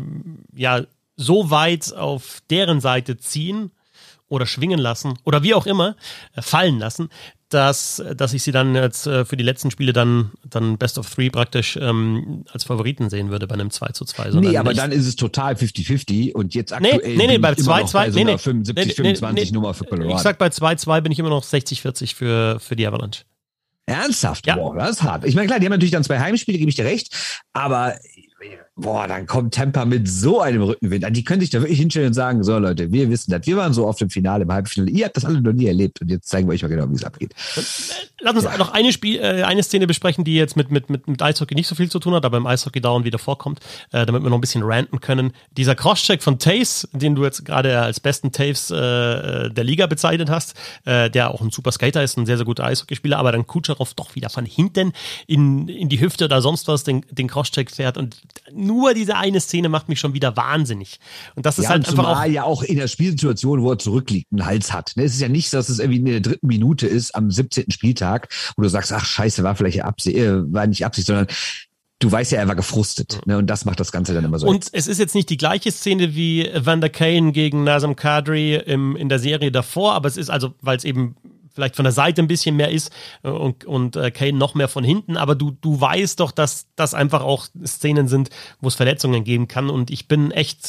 so weit auf deren Seite ziehen oder schwingen lassen oder wie auch immer fallen lassen, dass ich sie dann jetzt für die letzten Spiele dann Best of 3 praktisch als Favoriten sehen würde bei einem 2-2. Nee, aber dann ist es total 50-50 und jetzt aktuell bei 2-2, 75-25 Nummer für Colorado. Ich sag, bei 2-2 bin ich immer noch 60-40 für die Avalanche. Ernsthaft? Ja. Boah, das ist hart. Ich meine, klar, die haben natürlich dann 2 Heimspiele, gebe ich dir recht, aber boah, dann kommt Tampa mit so einem Rückenwind. Die können sich da wirklich hinstellen und sagen, so Leute, wir wissen das. Wir waren so oft im Finale, im Halbfinale. Ihr habt das alle noch nie erlebt. Und jetzt zeigen wir euch mal genau, wie es abgeht. Lass uns noch eine Szene besprechen, die jetzt mit Eishockey nicht so viel zu tun hat, aber im Eishockey dauernd wieder vorkommt, damit wir noch ein bisschen ranten können. Dieser Crosscheck von Taves, den du jetzt gerade als besten Taves der Liga bezeichnet hast, der auch ein super Skater ist, ein sehr, sehr guter Eishockeyspieler, aber dann Kucherov doch wieder von hinten in die Hüfte oder sonst was den Crosscheck fährt und nur diese eine Szene macht mich schon wieder wahnsinnig. Und das ist halt einfach auch... ja auch in der Spielsituation, wo er zurückliegt, einen Hals hat. Es ist ja nicht so, dass es irgendwie in der 3. Minute ist, am 17. Spieltag, wo du sagst, ach scheiße, war vielleicht war nicht Absicht, sondern du weißt ja, er war gefrustet. Ne? Und das macht das Ganze dann immer so. Und es ist jetzt nicht die gleiche Szene wie Evander Kane gegen Nazem Kadri in der Serie davor, aber es ist also, weil es eben vielleicht von der Seite ein bisschen mehr ist und Kane noch mehr von hinten, aber du weißt doch, dass das einfach auch Szenen sind, wo es Verletzungen geben kann und ich bin echt,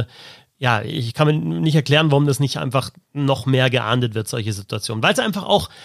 ich kann mir nicht erklären, warum das nicht einfach noch mehr geahndet wird, solche Situationen, weil es ist einfach auch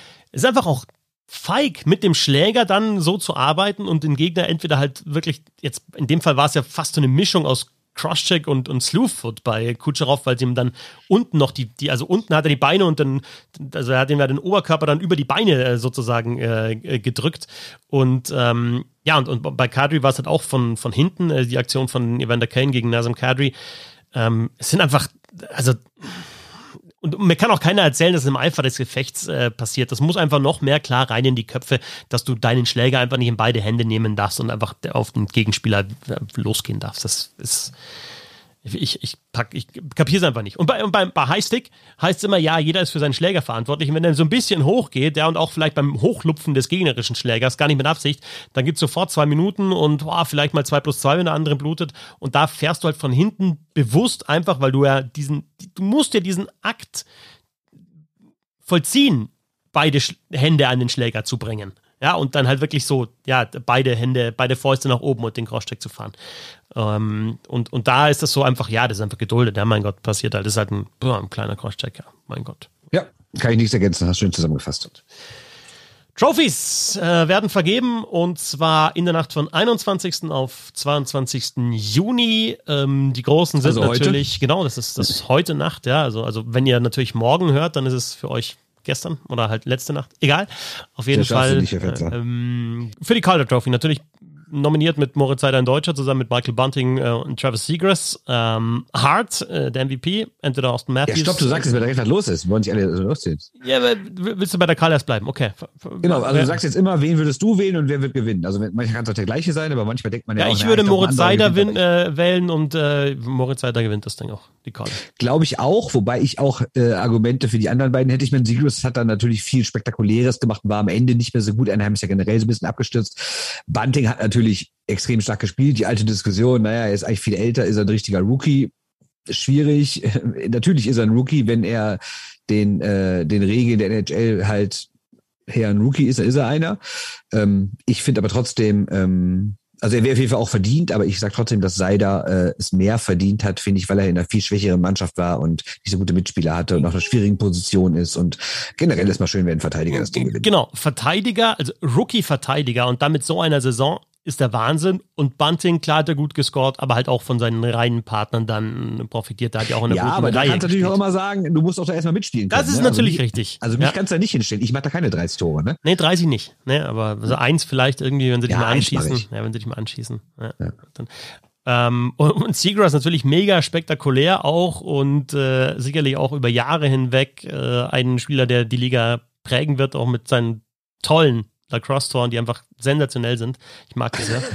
feig, mit dem Schläger dann so zu arbeiten und den Gegner entweder halt wirklich, jetzt in dem Fall war es ja fast so eine Mischung aus Crosscheck und Slewfoot bei Kucherov, weil sie ihm dann unten noch also unten hat er die Beine und dann, also er hat ihm ja den Oberkörper dann über die Beine sozusagen gedrückt und und bei Kadri war es halt auch von hinten, die Aktion von Evander Kane gegen Nazem Kadri. Es sind einfach, also und mir kann auch keiner erzählen, dass es im Eifer des Gefechts passiert. Das muss einfach noch mehr klar rein in die Köpfe, dass du deinen Schläger einfach nicht in beide Hände nehmen darfst und einfach auf den Gegenspieler losgehen darfst. Das ist... Ich kapiere es einfach nicht. Und bei Highstick heißt es immer, ja, jeder ist für seinen Schläger verantwortlich. Und wenn er so ein bisschen hochgeht, und auch vielleicht beim Hochlupfen des gegnerischen Schlägers, gar nicht mit Absicht, dann gibt es sofort 2 Minuten und vielleicht mal 2+2, wenn der andere blutet. Und da fährst du halt von hinten bewusst einfach, weil du musst ja diesen Akt vollziehen, beide Hände an den Schläger zu bringen. Ja, und dann halt wirklich so, beide Fäuste nach oben und den Crosscheck zu fahren. Und da ist das so einfach, das ist einfach geduldet. Ja, mein Gott, passiert halt. Das ist halt ein kleiner Crosscheck, ja, mein Gott. Ja, kann ich nichts ergänzen, hast du schön zusammengefasst. Trophies werden vergeben und zwar in der Nacht von 21. auf 22. Juni. Die großen sind also natürlich, heute? Genau, das ist heute Nacht, ja. Also wenn ihr natürlich morgen hört, dann ist es für euch gestern oder halt letzte Nacht, egal. Auf jeden Fall für die Calder Trophy natürlich nominiert mit Moritz Seider, ein Deutscher, zusammen mit Michael Bunting und Travis Seagrass. Hart, der MVP, entweder Austin Matthews. Ja, stopp, du sagst jetzt, wer direkt was los ist. Wollen sich alle so losziehen. Ja, aber willst du bei der Calders bleiben? Okay. Genau, also du sagst jetzt immer, wen würdest du wählen und wer wird gewinnen? Also manchmal kann es auch der gleiche sein, aber manchmal denkt man ja auch... Ich würde Moritz Seider wählen und Moritz Seider gewinnt das Ding auch, die Calder. Glaube ich auch, wobei ich auch Argumente für die anderen beiden hätte. Ich meine, Seagrass hat dann natürlich viel Spektakuläres gemacht und war am Ende nicht mehr so gut. Anaheim ist ja generell so ein bisschen abgestürzt. Bunting hat natürlich extrem stark gespielt. Die alte Diskussion, er ist eigentlich viel älter, ist er ein richtiger Rookie? Schwierig. Natürlich ist er ein Rookie, wenn er den Regeln der NHL halt ein Rookie ist, dann ist er einer. Ich finde aber trotzdem, also er wäre auf jeden Fall auch verdient, aber ich sage trotzdem, dass Seider es mehr verdient hat, finde ich, weil er in einer viel schwächeren Mannschaft war und nicht so gute Mitspieler hatte und auch in einer schwierigen Position ist und generell ist mal schön, wenn ein Verteidiger das Ding gewinnt. Genau, Verteidiger, also Rookie-Verteidiger und damit so einer Saison ist der Wahnsinn und Bunting, klar hat er gut gescored, aber halt auch von seinen Reihenpartnern dann profitiert. Da hat ja auch in der guten aber da Reihe kannst du natürlich auch immer sagen, du musst auch da erstmal mitspielen können. Das ist natürlich richtig. Also mich kannst du da nicht hinstellen. Ich mache da keine 30 Tore, ne? Nee, 30 nicht. Ne, aber so 1 vielleicht irgendwie, wenn sie dich mal anschießen. Ja, wenn sie dich mal anschießen. Ja. Dann. Und Seagrass natürlich mega spektakulär auch und sicherlich auch über Jahre hinweg ein Spieler, der die Liga prägen wird, auch mit seinen tollen Lacrosse-Toren, die einfach sensationell sind. Ich mag das sehr.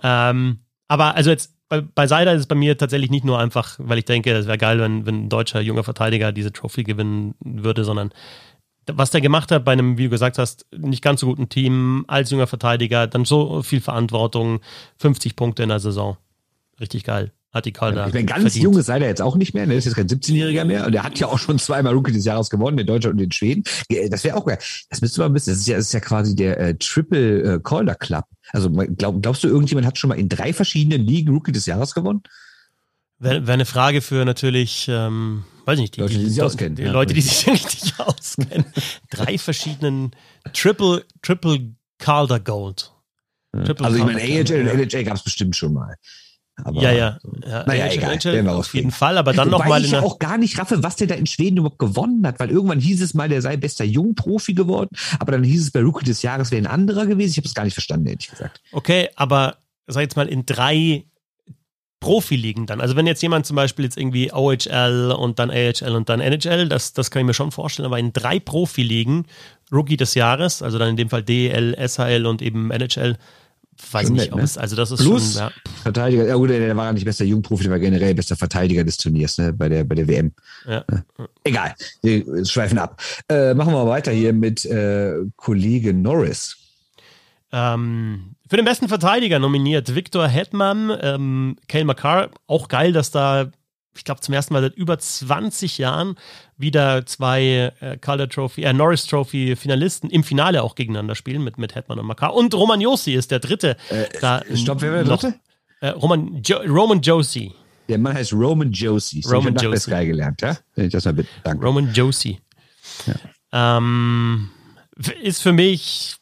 Aber also jetzt bei Seider ist es bei mir tatsächlich nicht nur einfach, weil ich denke, es wäre geil, wenn ein deutscher junger Verteidiger diese Trophy gewinnen würde, sondern was der gemacht hat bei einem, wie du gesagt hast, nicht ganz so guten Team, als junger Verteidiger, dann so viel Verantwortung, 50 Punkte in der Saison. Richtig geil. Hat die Calder ich meine, ganz jung ist Seider jetzt auch nicht mehr, ne? Ist jetzt kein 17-Jähriger mehr und der hat ja auch schon 2-mal Rookie des Jahres gewonnen, in Deutschland und in Schweden. Das wäre auch geil. Das müsste man wissen. Das ist ja quasi der Triple Calder Club. Also glaubst du, irgendjemand hat schon mal in 3 verschiedenen Ligen Rookie des Jahres gewonnen? Wäre eine Frage für natürlich, weiß ich nicht, Leute, die sich auskennen. Die Leute, die sich richtig auskennen. 3 verschiedenen Triple Calder Gold. Also ich meine, AHL und NHL gab es bestimmt schon mal. Aber, ja. Naja, egal. Auf jeden Fall, aber dann nochmal. Ich ja auch gar nicht raffe, was der da in Schweden überhaupt gewonnen hat, weil irgendwann hieß es mal, der sei bester Jungprofi geworden, aber dann hieß es bei Rookie des Jahres wäre ein anderer gewesen. Ich habe es gar nicht verstanden, ehrlich gesagt. Okay, aber sag jetzt mal in 3 Profiligen dann. Also wenn jetzt jemand zum Beispiel jetzt irgendwie OHL und dann AHL und dann NHL, das kann ich mir schon vorstellen, aber in 3 Profiligen, Rookie des Jahres, also dann in dem Fall DEL, SHL und eben NHL, weiß Schon nicht, nett, ob ne? es, also das ist Plus schon, ja. Verteidiger, ja gut, der war ja nicht bester Jungprofi, der war generell bester Verteidiger des Turniers, ne, bei der WM. Ja. Egal, wir schweifen ab. Machen wir mal weiter hier mit Kollege Norris. Für den besten Verteidiger nominiert Victor Hedman, Cale Makar. Auch geil, dass da, ich glaube, zum ersten Mal seit über 20 Jahren wieder 2 Calder Trophy, Norris Trophy Finalisten im Finale auch gegeneinander spielen mit Hedman und Makar. Und Roman Josi ist der dritte. Stopp, wer war der dritte? Roman Josi. Der Mann heißt Roman Josi. Roman Josi. Josi. Sky gelernt, ja? Das mal bitte. Danke. Roman Josi. Ja. Ist für mich.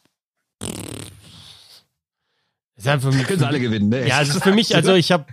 Können sie alle gewinnen, ne? Ja, es ist für mich, also ich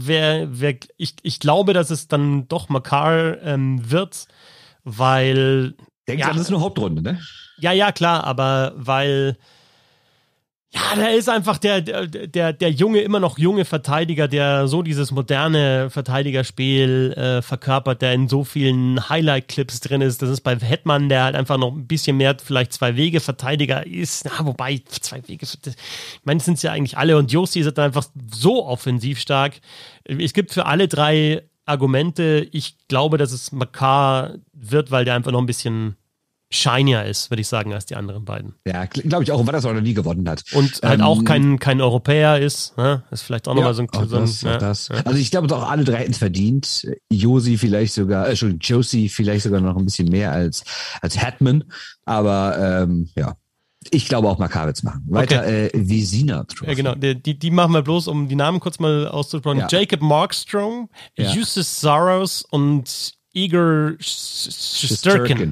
glaube, dass es dann doch Makar wird, weil. Denkt dran, das ist eine Hauptrunde, ne? Ja, klar, aber weil. Ja, der ist einfach der junge, immer noch junge Verteidiger, der so dieses moderne Verteidigerspiel verkörpert, der in so vielen Highlight-Clips drin ist. Das ist bei Hedman, der halt einfach noch ein bisschen mehr vielleicht 2-Wege-Verteidiger ist. Na, wobei, 2 Wege, ich meine, das sind es ja eigentlich alle. Und Josi ist dann einfach so offensiv stark. Es gibt für alle 3 Argumente. Ich glaube, dass es Makar wird, weil der einfach noch ein bisschen shinier ist, würde ich sagen, als die anderen beiden. Ja, glaube ich auch, weil das auch noch nie gewonnen hat. Und halt auch kein Europäer ist, ne? Ist vielleicht auch nochmal so ein... Das. Also ich glaube, auch alle 3 hätten es verdient. Josi vielleicht sogar noch ein bisschen mehr als Hedman. Aber ja, ich glaube auch Makar wird's machen. Weiter, okay. Vezina Trophy. Ja, genau. Die machen wir bloß, um die Namen kurz mal auszusprechen. Ja. Jacob Markstrom, Justus Saros und Igor Shesterkin.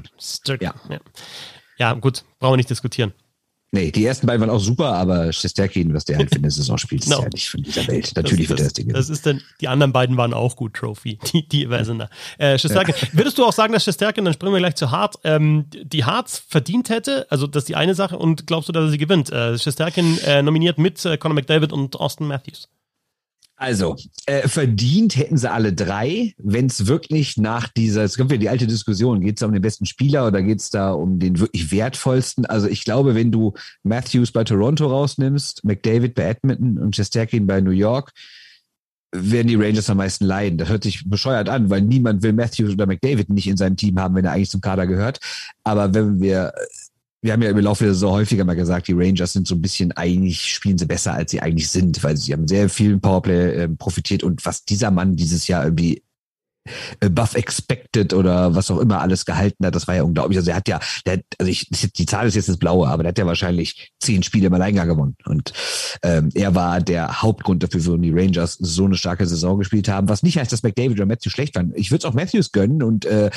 Ja, gut, brauchen wir nicht diskutieren. Nee, die ersten beiden waren auch super, aber Shesterkin, was der halt für eine Saison spielt, ist ja nicht von dieser Welt. Natürlich wird er das Ding. Das ist dann, die anderen beiden waren auch gut, Trophy. Die sind da. Shesterkin. Würdest du auch sagen, dass Shesterkin, dann springen wir gleich zu Hart, die Harts verdient hätte? Also, das ist die eine Sache. Und glaubst du, dass er sie gewinnt? Shesterkin nominiert mit Conor McDavid und Austin Matthews. Also, verdient hätten sie alle 3, wenn es wirklich nach dieser, es kommt ja die alte Diskussion, geht es da um den besten Spieler oder geht es da um den wirklich wertvollsten? Also ich glaube, wenn du Matthews bei Toronto rausnimmst, McDavid bei Edmonton und Shesterkin bei New York, werden die Rangers am meisten leiden. Das hört sich bescheuert an, weil niemand will Matthews oder McDavid nicht in seinem Team haben, wenn er eigentlich zum Kader gehört. Aber wenn wir haben ja im Laufe der Saison häufiger mal gesagt, die Rangers sind so ein bisschen, eigentlich spielen sie besser, als sie eigentlich sind, weil sie haben sehr viel Powerplay profitiert und was dieser Mann dieses Jahr irgendwie above expected oder was auch immer alles gehalten hat, das war ja unglaublich. Also die Zahl ist jetzt das Blaue, aber der hat ja wahrscheinlich 10 Spiele im Alleingang gewonnen und er war der Hauptgrund dafür, warum die Rangers so eine starke Saison gespielt haben, was nicht heißt, dass McDavid oder Matthews schlecht waren. Ich würde es auch Matthews gönnen und wäre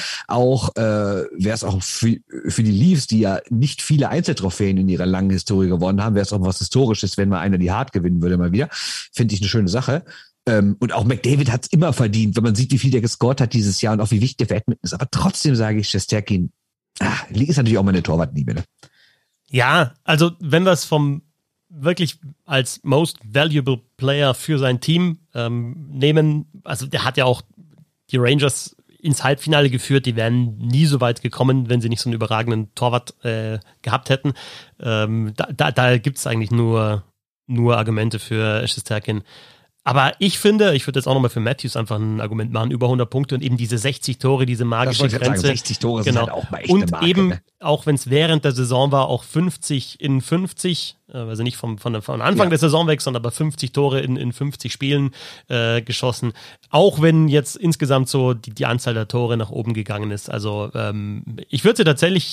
es auch für die Leafs, die ja nicht viele Einzeltrophäen in ihrer langen Historie gewonnen haben, wäre es auch was Historisches, wenn mal einer die Hart gewinnen würde mal wieder. Finde ich eine schöne Sache. Und auch McDavid hat es immer verdient, wenn man sieht, wie viel der gescored hat dieses Jahr und auch wie wichtig der für Edmonton ist. Aber trotzdem sage ich, Shesterkin, ist natürlich auch mal eine Torwartliebe. Ne? Ja, also wenn wir es vom wirklich als most valuable Player für sein Team nehmen, also der hat ja auch die Rangers ins Halbfinale geführt, die wären nie so weit gekommen, wenn sie nicht so einen überragenden Torwart gehabt hätten. Da gibt es eigentlich nur Argumente für Shesterkin. Aber ich finde, ich würde jetzt auch nochmal für Matthews einfach ein Argument machen, über 100 Punkte und eben diese 60 Tore, diese magische Grenze. Sagen, 60 Tore sind halt auch mal echt und eine Marke, eben, ne? auch wenn es während der Saison war, auch 50 in 50, also nicht von Anfang der Saison weg, sondern aber 50 Tore in 50 Spielen geschossen. Auch wenn jetzt insgesamt so die Anzahl der Tore nach oben gegangen ist. Also ich würde tatsächlich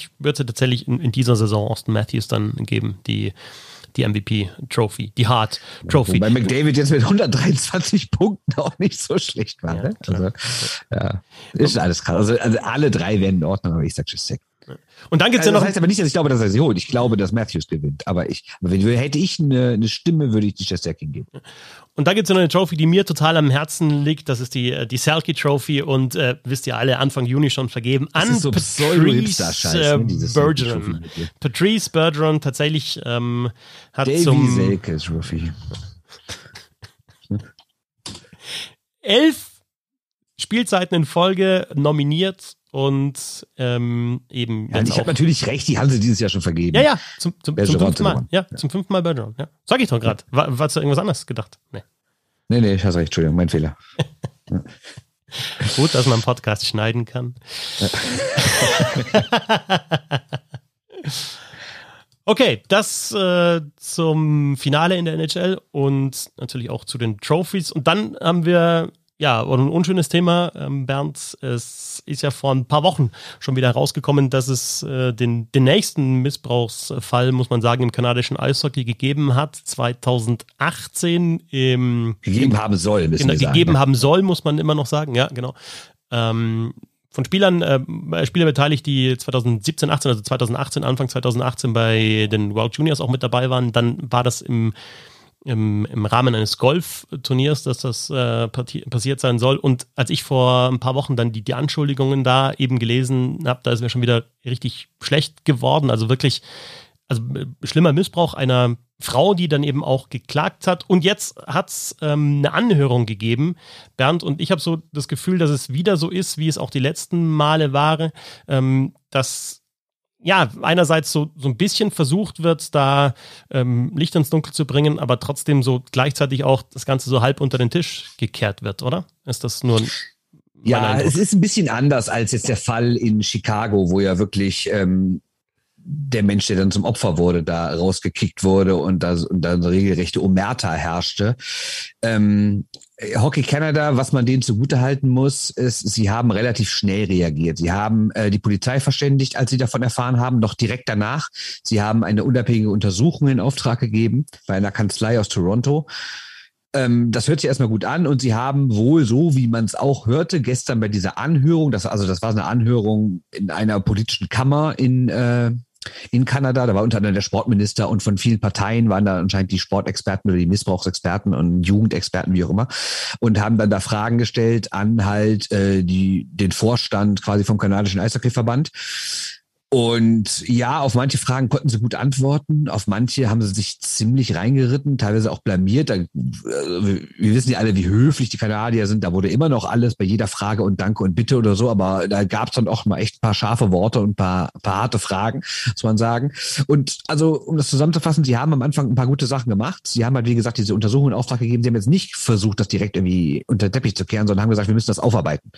in dieser Saison Austin Matthews dann geben, die MVP-Trophy, die Hart-Trophy. Wobei McDavid jetzt mit 123 Punkten auch nicht so schlecht war. Ja, ne? Also, ist alles krass. Also alle 3 werden in Ordnung, aber ich sag Shesterkin. Und dann gibt es ja noch. Das heißt aber nicht, dass ich glaube, dass er sie holt. Ich glaube, dass Matthews gewinnt. Aber hätte ich eine Stimme, würde ich die Shesterkin geben. Und da gibt es ja noch eine Trophy, die mir total am Herzen liegt. Das ist die Selke Trophy und wisst ihr alle, Anfang Juni schon vergeben an so Patrice Bergeron. Patrice Bergeron tatsächlich hat Davy Selke Trophy. 11 Spielzeiten in Folge nominiert und eben ja, ich habe natürlich recht, die haben sie dieses Jahr schon vergeben. Ja, zum 5. Mal. Ja, zum 5. Mal Bergeron. Ja. Sag ich doch gerade. Warst du irgendwas anderes gedacht? Nee, ich hast recht, Entschuldigung, mein Fehler. Gut, dass man einen Podcast schneiden kann. Okay, das zum Finale in der NHL und natürlich auch zu den Trophies. Und dann haben wir ein unschönes Thema, Bernd. Es ist ja vor ein paar Wochen schon wieder rausgekommen, dass es den nächsten Missbrauchsfall, muss man sagen, im kanadischen Eishockey gegeben hat. 2018 gegeben haben soll, müssen wir sagen. Gegeben haben soll, muss man immer noch sagen. Ja, genau. Von Spielern, Spieler beteiligt, die 2018, Anfang 2018 bei den World Juniors auch mit dabei waren. Dann war das im Rahmen eines Golfturniers, dass das passiert sein soll. Und als ich vor ein paar Wochen dann die Anschuldigungen da eben gelesen habe, da ist mir schon wieder richtig schlecht geworden. Also wirklich, schlimmer Missbrauch einer Frau, die dann eben auch geklagt hat. Und jetzt hat es eine Anhörung gegeben, Bernd, und ich habe so das Gefühl, dass es wieder so ist, wie es auch die letzten Male war, dass einerseits so ein bisschen versucht wird, da Licht ins Dunkel zu bringen, aber trotzdem so gleichzeitig auch das Ganze so halb unter den Tisch gekehrt wird, oder? Ist das nur Ja, es ist ein bisschen anders als jetzt der Fall in Chicago, wo ja wirklich der Mensch, der dann zum Opfer wurde, da rausgekickt wurde und da eine regelrechte Omerta herrschte. Hockey Canada, was man denen zugutehalten muss, ist, sie haben relativ schnell reagiert. Sie haben die Polizei verständigt, als sie davon erfahren haben, noch direkt danach. Sie haben eine unabhängige Untersuchung in Auftrag gegeben bei einer Kanzlei aus Toronto. Das hört sich erstmal gut an und sie haben wohl, so wie man es auch hörte, gestern bei dieser Anhörung, das war eine Anhörung in einer politischen Kammer in Kanada, da war unter anderem der Sportminister und von vielen Parteien waren da anscheinend die Sportexperten oder die Missbrauchsexperten und Jugendexperten, wie auch immer, und haben dann da Fragen gestellt an halt den Vorstand quasi vom kanadischen Eishockeyverband. Und ja, auf manche Fragen konnten sie gut antworten, auf manche haben sie sich ziemlich reingeritten, teilweise auch blamiert. Wir wissen ja alle, wie höflich die Kanadier sind, da wurde immer noch alles bei jeder Frage und Danke und Bitte oder so, aber da gab es dann auch mal echt ein paar scharfe Worte und ein paar harte Fragen, muss man sagen. Und also, um das zusammenzufassen, sie haben am Anfang ein paar gute Sachen gemacht. Sie haben halt, wie gesagt, diese Untersuchung in Auftrag gegeben. Sie haben jetzt nicht versucht, das direkt irgendwie unter den Teppich zu kehren, sondern haben gesagt, wir müssen das aufarbeiten.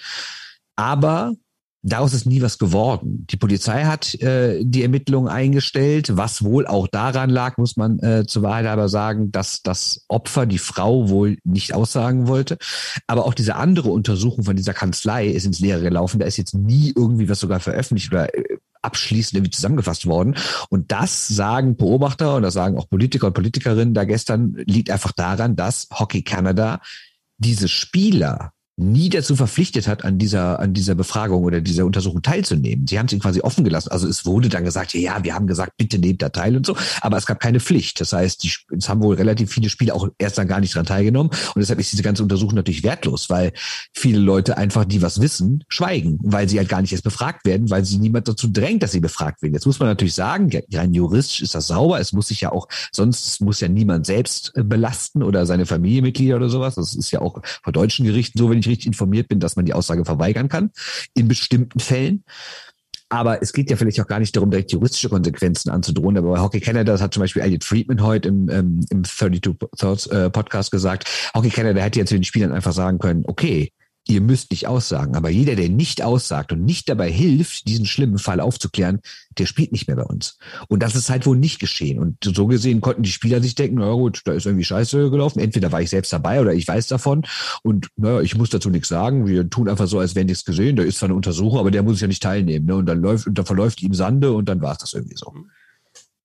Aber daraus ist nie was geworden. Die Polizei hat die Ermittlungen eingestellt, was wohl auch daran lag, muss man zur Wahrheit aber sagen, dass das Opfer, die Frau, wohl nicht aussagen wollte. Aber auch diese andere Untersuchung von dieser Kanzlei ist ins Leere gelaufen. Da ist jetzt nie irgendwie was sogar veröffentlicht oder abschließend irgendwie zusammengefasst worden. Und das sagen Beobachter und das sagen auch Politiker und Politikerinnen da gestern, liegt einfach daran, dass Hockey Canada diese Spieler nie dazu verpflichtet hat, an dieser Befragung oder dieser Untersuchung teilzunehmen. Sie haben es ihnen quasi offen gelassen. Also es wurde dann gesagt, ja, wir haben gesagt, bitte nehmt da teil und so, aber es gab keine Pflicht. Das heißt, es haben wohl relativ viele Spieler auch erst dann gar nicht dran teilgenommen und deshalb ist diese ganze Untersuchung natürlich wertlos, weil viele Leute einfach, die was wissen, schweigen, weil sie halt gar nicht erst befragt werden, weil sie niemand dazu drängt, dass sie befragt werden. Jetzt muss man natürlich sagen, rein juristisch ist das sauber, es muss sich ja auch, sonst muss ja niemand selbst belasten oder seine Familienmitglieder oder sowas. Das ist ja auch vor deutschen Gerichten so, wenn ich richtig informiert bin, dass man die Aussage verweigern kann, in bestimmten Fällen. Aber es geht ja vielleicht auch gar nicht darum, direkt juristische Konsequenzen anzudrohen. Aber bei Hockey Canada, das hat zum Beispiel Elliot Friedman heute im 32 Thoughts Podcast gesagt, Hockey Canada hätte jetzt den Spielern einfach sagen können, okay, ihr müsst nicht aussagen, aber jeder, der nicht aussagt und nicht dabei hilft, diesen schlimmen Fall aufzuklären, der spielt nicht mehr bei uns. Und das ist halt wohl nicht geschehen. Und so gesehen konnten die Spieler sich denken, na gut, da ist irgendwie Scheiße gelaufen. Entweder war ich selbst dabei oder ich weiß davon. Und naja, ich muss dazu nichts sagen. Wir tun einfach so, als wären nichts gesehen. Da ist zwar eine Untersuchung, aber der muss ja nicht teilnehmen. Ne? Und dann verläuft ihm Sande und dann war es das irgendwie so.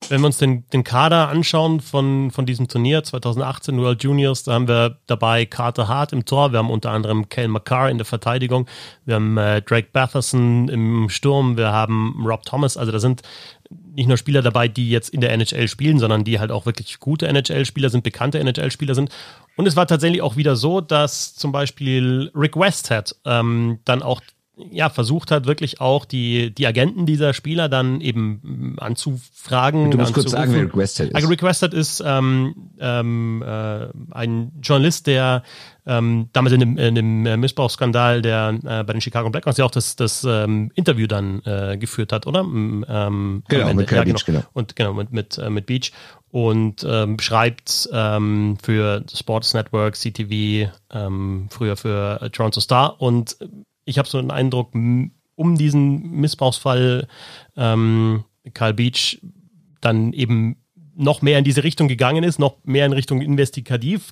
wenn wir uns den Kader anschauen von diesem Turnier 2018 World Juniors, da haben wir dabei Carter Hart im Tor, wir haben unter anderem Cale Makar in der Verteidigung, wir haben Drake Batherson im Sturm, wir haben Rob Thomas, also da sind nicht nur Spieler dabei, die jetzt in der NHL spielen, sondern die halt auch wirklich gute NHL-Spieler sind, bekannte NHL-Spieler sind. Und es war tatsächlich auch wieder so, dass zum Beispiel Rick Westhead dann auch versucht hat, wirklich auch die Agenten dieser Spieler dann eben anzufragen. Du musst kurz sagen, wer Rick Westhead ist. Also Rick Westhead ist ein Journalist, der damals in dem Missbrauchsskandal, der bei den Chicago Blackhawks ja auch das Interview dann geführt hat, oder? Genau, mit Kyle Beach, genau. Und genau, mit Beach. Und schreibt für Sports Network, CTV, früher für Toronto Star. Und ich habe so den Eindruck, um diesen Missbrauchsfall Kyle Beach dann eben noch mehr in diese Richtung gegangen ist, noch mehr in Richtung investigativ.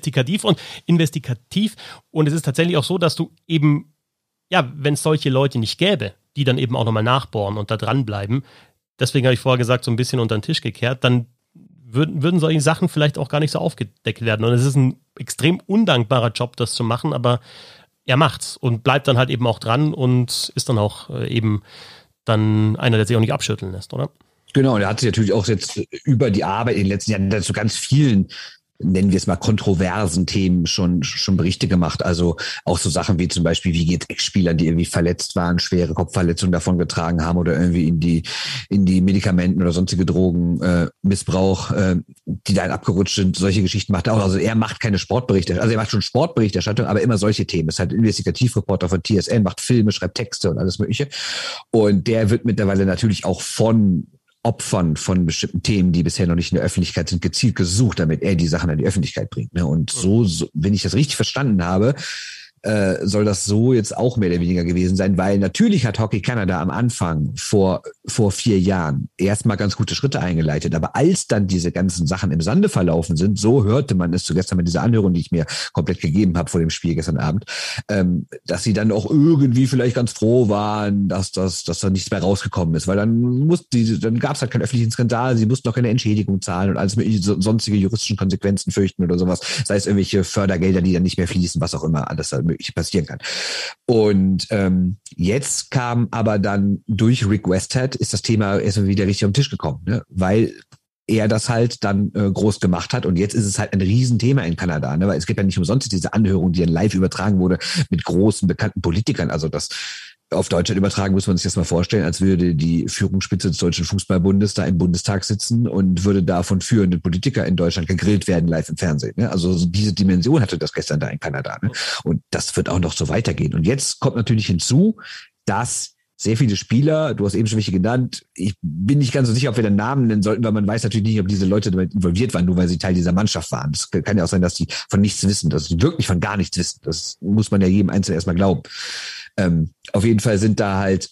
Und es ist tatsächlich auch so, dass du eben, wenn es solche Leute nicht gäbe, die dann eben auch nochmal nachbohren und da dranbleiben, deswegen habe ich vorher gesagt, so ein bisschen unter den Tisch gekehrt, dann würden solche Sachen vielleicht auch gar nicht so aufgedeckt werden. Und es ist ein extrem undankbarer Job, das zu machen, aber er macht's und bleibt dann halt eben auch dran und ist dann auch eben dann einer, der sich auch nicht abschütteln lässt, oder? Genau, und er hat sich natürlich auch jetzt über die Arbeit in den letzten Jahren zu ganz vielen, nennen wir es mal, kontroversen Themen schon Berichte gemacht. Also auch so Sachen wie zum Beispiel, wie geht's Ex-Spielern, die irgendwie verletzt waren, schwere Kopfverletzungen davon getragen haben oder irgendwie in die Medikamenten oder sonstige Drogen, Missbrauch, die dann abgerutscht sind. Solche Geschichten macht er auch. Also er macht keine Sportberichterstattung, also er macht schon Sportberichterstattung, aber immer solche Themen. Ist halt Investigativreporter von TSN, macht Filme, schreibt Texte und alles Mögliche. Und der wird mittlerweile natürlich auch von Opfern von bestimmten Themen, die bisher noch nicht in der Öffentlichkeit sind, gezielt gesucht, damit er die Sachen an die Öffentlichkeit bringt. Und so, wenn ich das richtig verstanden habe, soll das so jetzt auch mehr oder weniger gewesen sein, weil natürlich hat Hockey Canada am Anfang vor 4 Jahren erstmal ganz gute Schritte eingeleitet, aber als dann diese ganzen Sachen im Sande verlaufen sind, so hörte man es zu gestern mit dieser Anhörung, die ich mir komplett gegeben habe vor dem Spiel gestern Abend, dass sie dann auch irgendwie vielleicht ganz froh waren, dass da nichts mehr rausgekommen ist, weil dann gab es halt keinen öffentlichen Skandal, sie mussten auch keine Entschädigung zahlen und alles mögliche sonstige juristischen Konsequenzen fürchten oder sowas, sei es irgendwelche Fördergelder, die dann nicht mehr fließen, was auch immer, alles halt möglich passieren kann. Und jetzt kam aber dann durch Rick Westhead ist das Thema erstmal wieder richtig auf den Tisch gekommen, ne? Weil er das halt dann groß gemacht hat und jetzt ist es halt ein Riesenthema in Kanada, ne? Weil es gibt ja nicht umsonst diese Anhörung, die dann live übertragen wurde mit großen, bekannten Politikern, also das auf Deutschland übertragen, muss man sich das mal vorstellen, als würde die Führungsspitze des Deutschen Fußballbundes da im Bundestag sitzen und würde da von führenden Politiker in Deutschland gegrillt werden live im Fernsehen. Ne? Also diese Dimension hatte das gestern da in Kanada. Ne? Und das wird auch noch so weitergehen. Und jetzt kommt natürlich hinzu, dass sehr viele Spieler, du hast eben schon welche genannt, ich bin nicht ganz so sicher, ob wir den Namen nennen sollten, weil man weiß natürlich nicht, ob diese Leute damit involviert waren, nur weil sie Teil dieser Mannschaft waren. Das kann ja auch sein, dass die von nichts wissen, dass sie wirklich von gar nichts wissen. Das muss man ja jedem Einzelnen erstmal glauben. Auf jeden Fall sind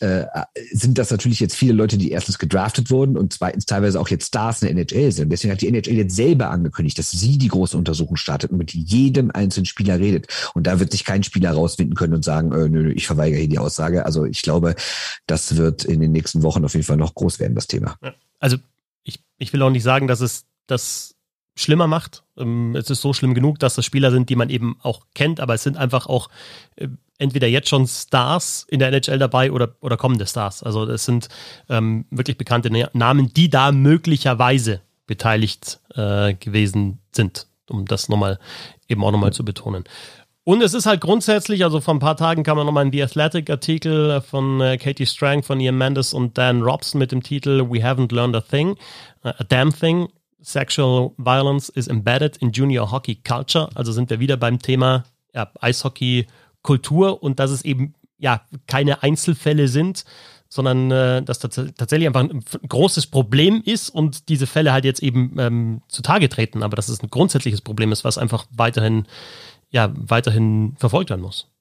das natürlich jetzt viele Leute, die erstens gedraftet wurden und zweitens teilweise auch jetzt Stars in der NHL sind. Deswegen hat die NHL jetzt selber angekündigt, dass sie die große Untersuchung startet und mit jedem einzelnen Spieler redet. Und da wird sich kein Spieler rausfinden können und sagen, nö, ich verweigere hier die Aussage. Also ich glaube, das wird in den nächsten Wochen auf jeden Fall noch groß werden, das Thema. Also ich will auch nicht sagen, dass es das schlimmer macht. Es ist so schlimm genug, dass das Spieler sind, die man eben auch kennt, aber es sind einfach auch entweder jetzt schon Stars in der NHL dabei oder kommende Stars. Also es sind wirklich bekannte Namen, die da möglicherweise beteiligt gewesen sind, um das nochmal zu betonen. Und es ist halt grundsätzlich, also vor ein paar Tagen kam nochmal ein The Athletic-Artikel von Katie Strang, von Ian Mendes und Dan Robson mit dem Titel We haven't learned a damn thing. Sexual violence is embedded in junior hockey culture. Also sind wir wieder beim Thema Eishockey-Kultur und dass es eben keine Einzelfälle sind, sondern dass tatsächlich einfach ein großes Problem ist und diese Fälle halt jetzt eben zutage treten, aber dass es ein grundsätzliches Problem ist, was einfach weiterhin verfolgt werden muss.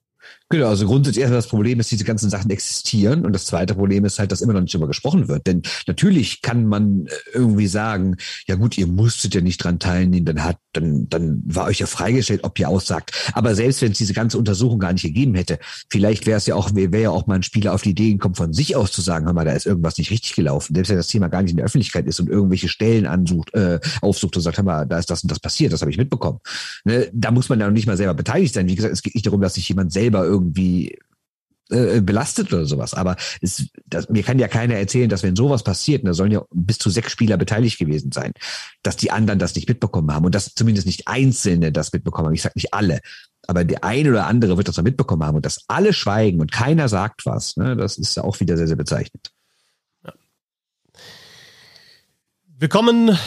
Genau, also grundsätzlich erstmal das Problem ist, diese ganzen Sachen existieren. Und das zweite Problem ist halt, dass immer noch nicht drüber gesprochen wird. Denn natürlich kann man irgendwie sagen, ja gut, ihr musstet ja nicht dran teilnehmen, dann war euch ja freigestellt, ob ihr aussagt. Aber selbst wenn es diese ganze Untersuchung gar nicht gegeben hätte, vielleicht wäre ja auch mal ein Spieler auf die Idee gekommen, von sich aus zu sagen, hör mal, da ist irgendwas nicht richtig gelaufen. Selbst wenn das Thema gar nicht in der Öffentlichkeit ist und irgendwelche Stellen aufsucht und sagt, hör mal, da ist das und das passiert, das habe ich mitbekommen. Ne? Da muss man ja noch nicht mal selber beteiligt sein. Wie gesagt, es geht nicht darum, dass sich jemand selber irgendwie belastet oder sowas. Aber mir kann ja keiner erzählen, dass wenn sowas passiert, und da sollen ja bis zu 6 Spieler beteiligt gewesen sein, dass die anderen das nicht mitbekommen haben und dass zumindest nicht Einzelne das mitbekommen haben. Ich sage nicht alle, aber der eine oder andere wird das dann mitbekommen haben und dass alle schweigen und keiner sagt was. Ne, das ist ja auch wieder sehr, sehr bezeichnend. Ja. Wir kommen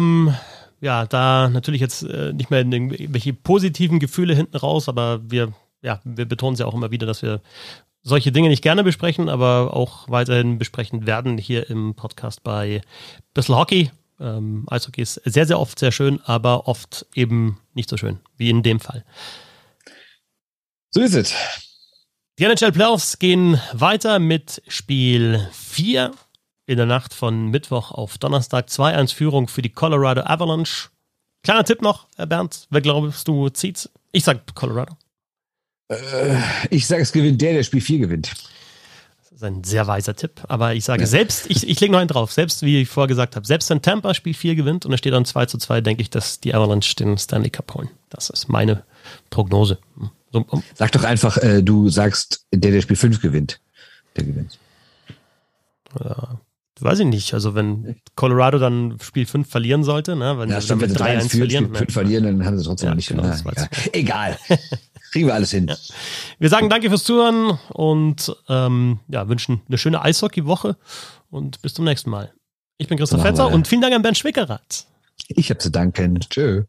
da natürlich jetzt nicht mehr in irgendwelche positiven Gefühle hinten raus, aber wir betonen es ja auch immer wieder, dass wir solche Dinge nicht gerne besprechen, aber auch weiterhin besprechen werden hier im Podcast bei Bissl Hockey. Eishockey ist sehr, sehr oft sehr schön, aber oft eben nicht so schön, wie in dem Fall. So ist es. Die NHL Playoffs gehen weiter mit Spiel 4 in der Nacht von Mittwoch auf Donnerstag. 2-1 Führung für die Colorado Avalanche. Kleiner Tipp noch, Bernd, wer glaubst du zieht's? Ich sag Colorado. Ich sage, es gewinnt der Spiel 4 gewinnt. Das ist ein sehr weiser Tipp, aber ich sage selbst, ich lege noch einen drauf, selbst wie ich vorher gesagt habe, selbst wenn Tampa Spiel 4 gewinnt und es steht dann 2-2, denke ich, dass die Avalanche den Stanley Cup holen. Das ist meine Prognose. Sag doch einfach, du sagst, der Spiel 5 gewinnt. Der gewinnt. Ja, weiß ich nicht. Also wenn Colorado dann Spiel 5 verlieren sollte, ne, wenn sie dann mit 3-1 verlieren. Spiel 5 verlieren, dann haben sie trotzdem nicht gewonnen. Egal. Kriegen wir alles hin. Ja. Wir sagen danke fürs Zuhören und wünschen eine schöne Eishockey-Woche und bis zum nächsten Mal. Ich bin Christoph Fetzer und vielen Dank an Bernd Schwickerath. Ich habe zu danken. Tschö.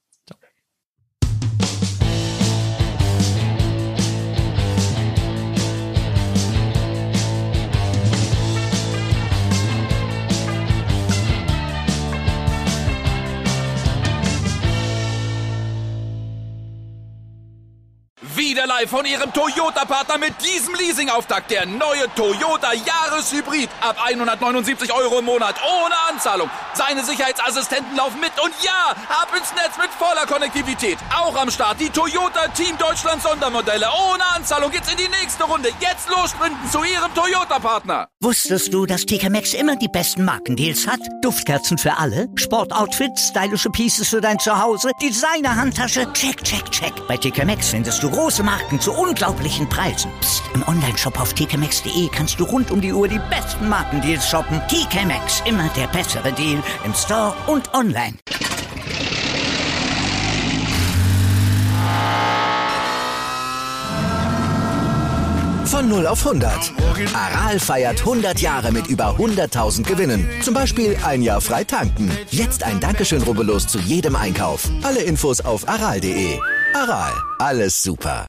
Wieder live von Ihrem Toyota-Partner mit diesem Leasing-Auftakt. Der neue Toyota Jahreshybrid. Ab 179 € im Monat. Ohne Anzahlung. Seine Sicherheitsassistenten laufen mit. Und ja, ab ins Netz mit voller Konnektivität. Auch am Start die Toyota Team Deutschland Sondermodelle. Ohne Anzahlung geht's in die nächste Runde. Jetzt los sprinten zu Ihrem Toyota-Partner. Wusstest du, dass TK Maxx immer die besten Markendeals hat? Duftkerzen für alle, Sportoutfits, stylische Pieces für dein Zuhause, Designer-Handtasche, check, check, check. Bei TK Maxx findest du große Marken zu unglaublichen Preisen. Psst. Im Onlineshop auf tkmaxx.de kannst du rund um die Uhr die besten Markendeals shoppen. TK Maxx, immer der bessere Deal im Store und online. Von 0 auf 100. Aral feiert 100 Jahre mit über 100.000 Gewinnen. Zum Beispiel ein Jahr frei tanken. Jetzt ein Dankeschön, rubbellos zu jedem Einkauf. Alle Infos auf aral.de. Aral, alles super.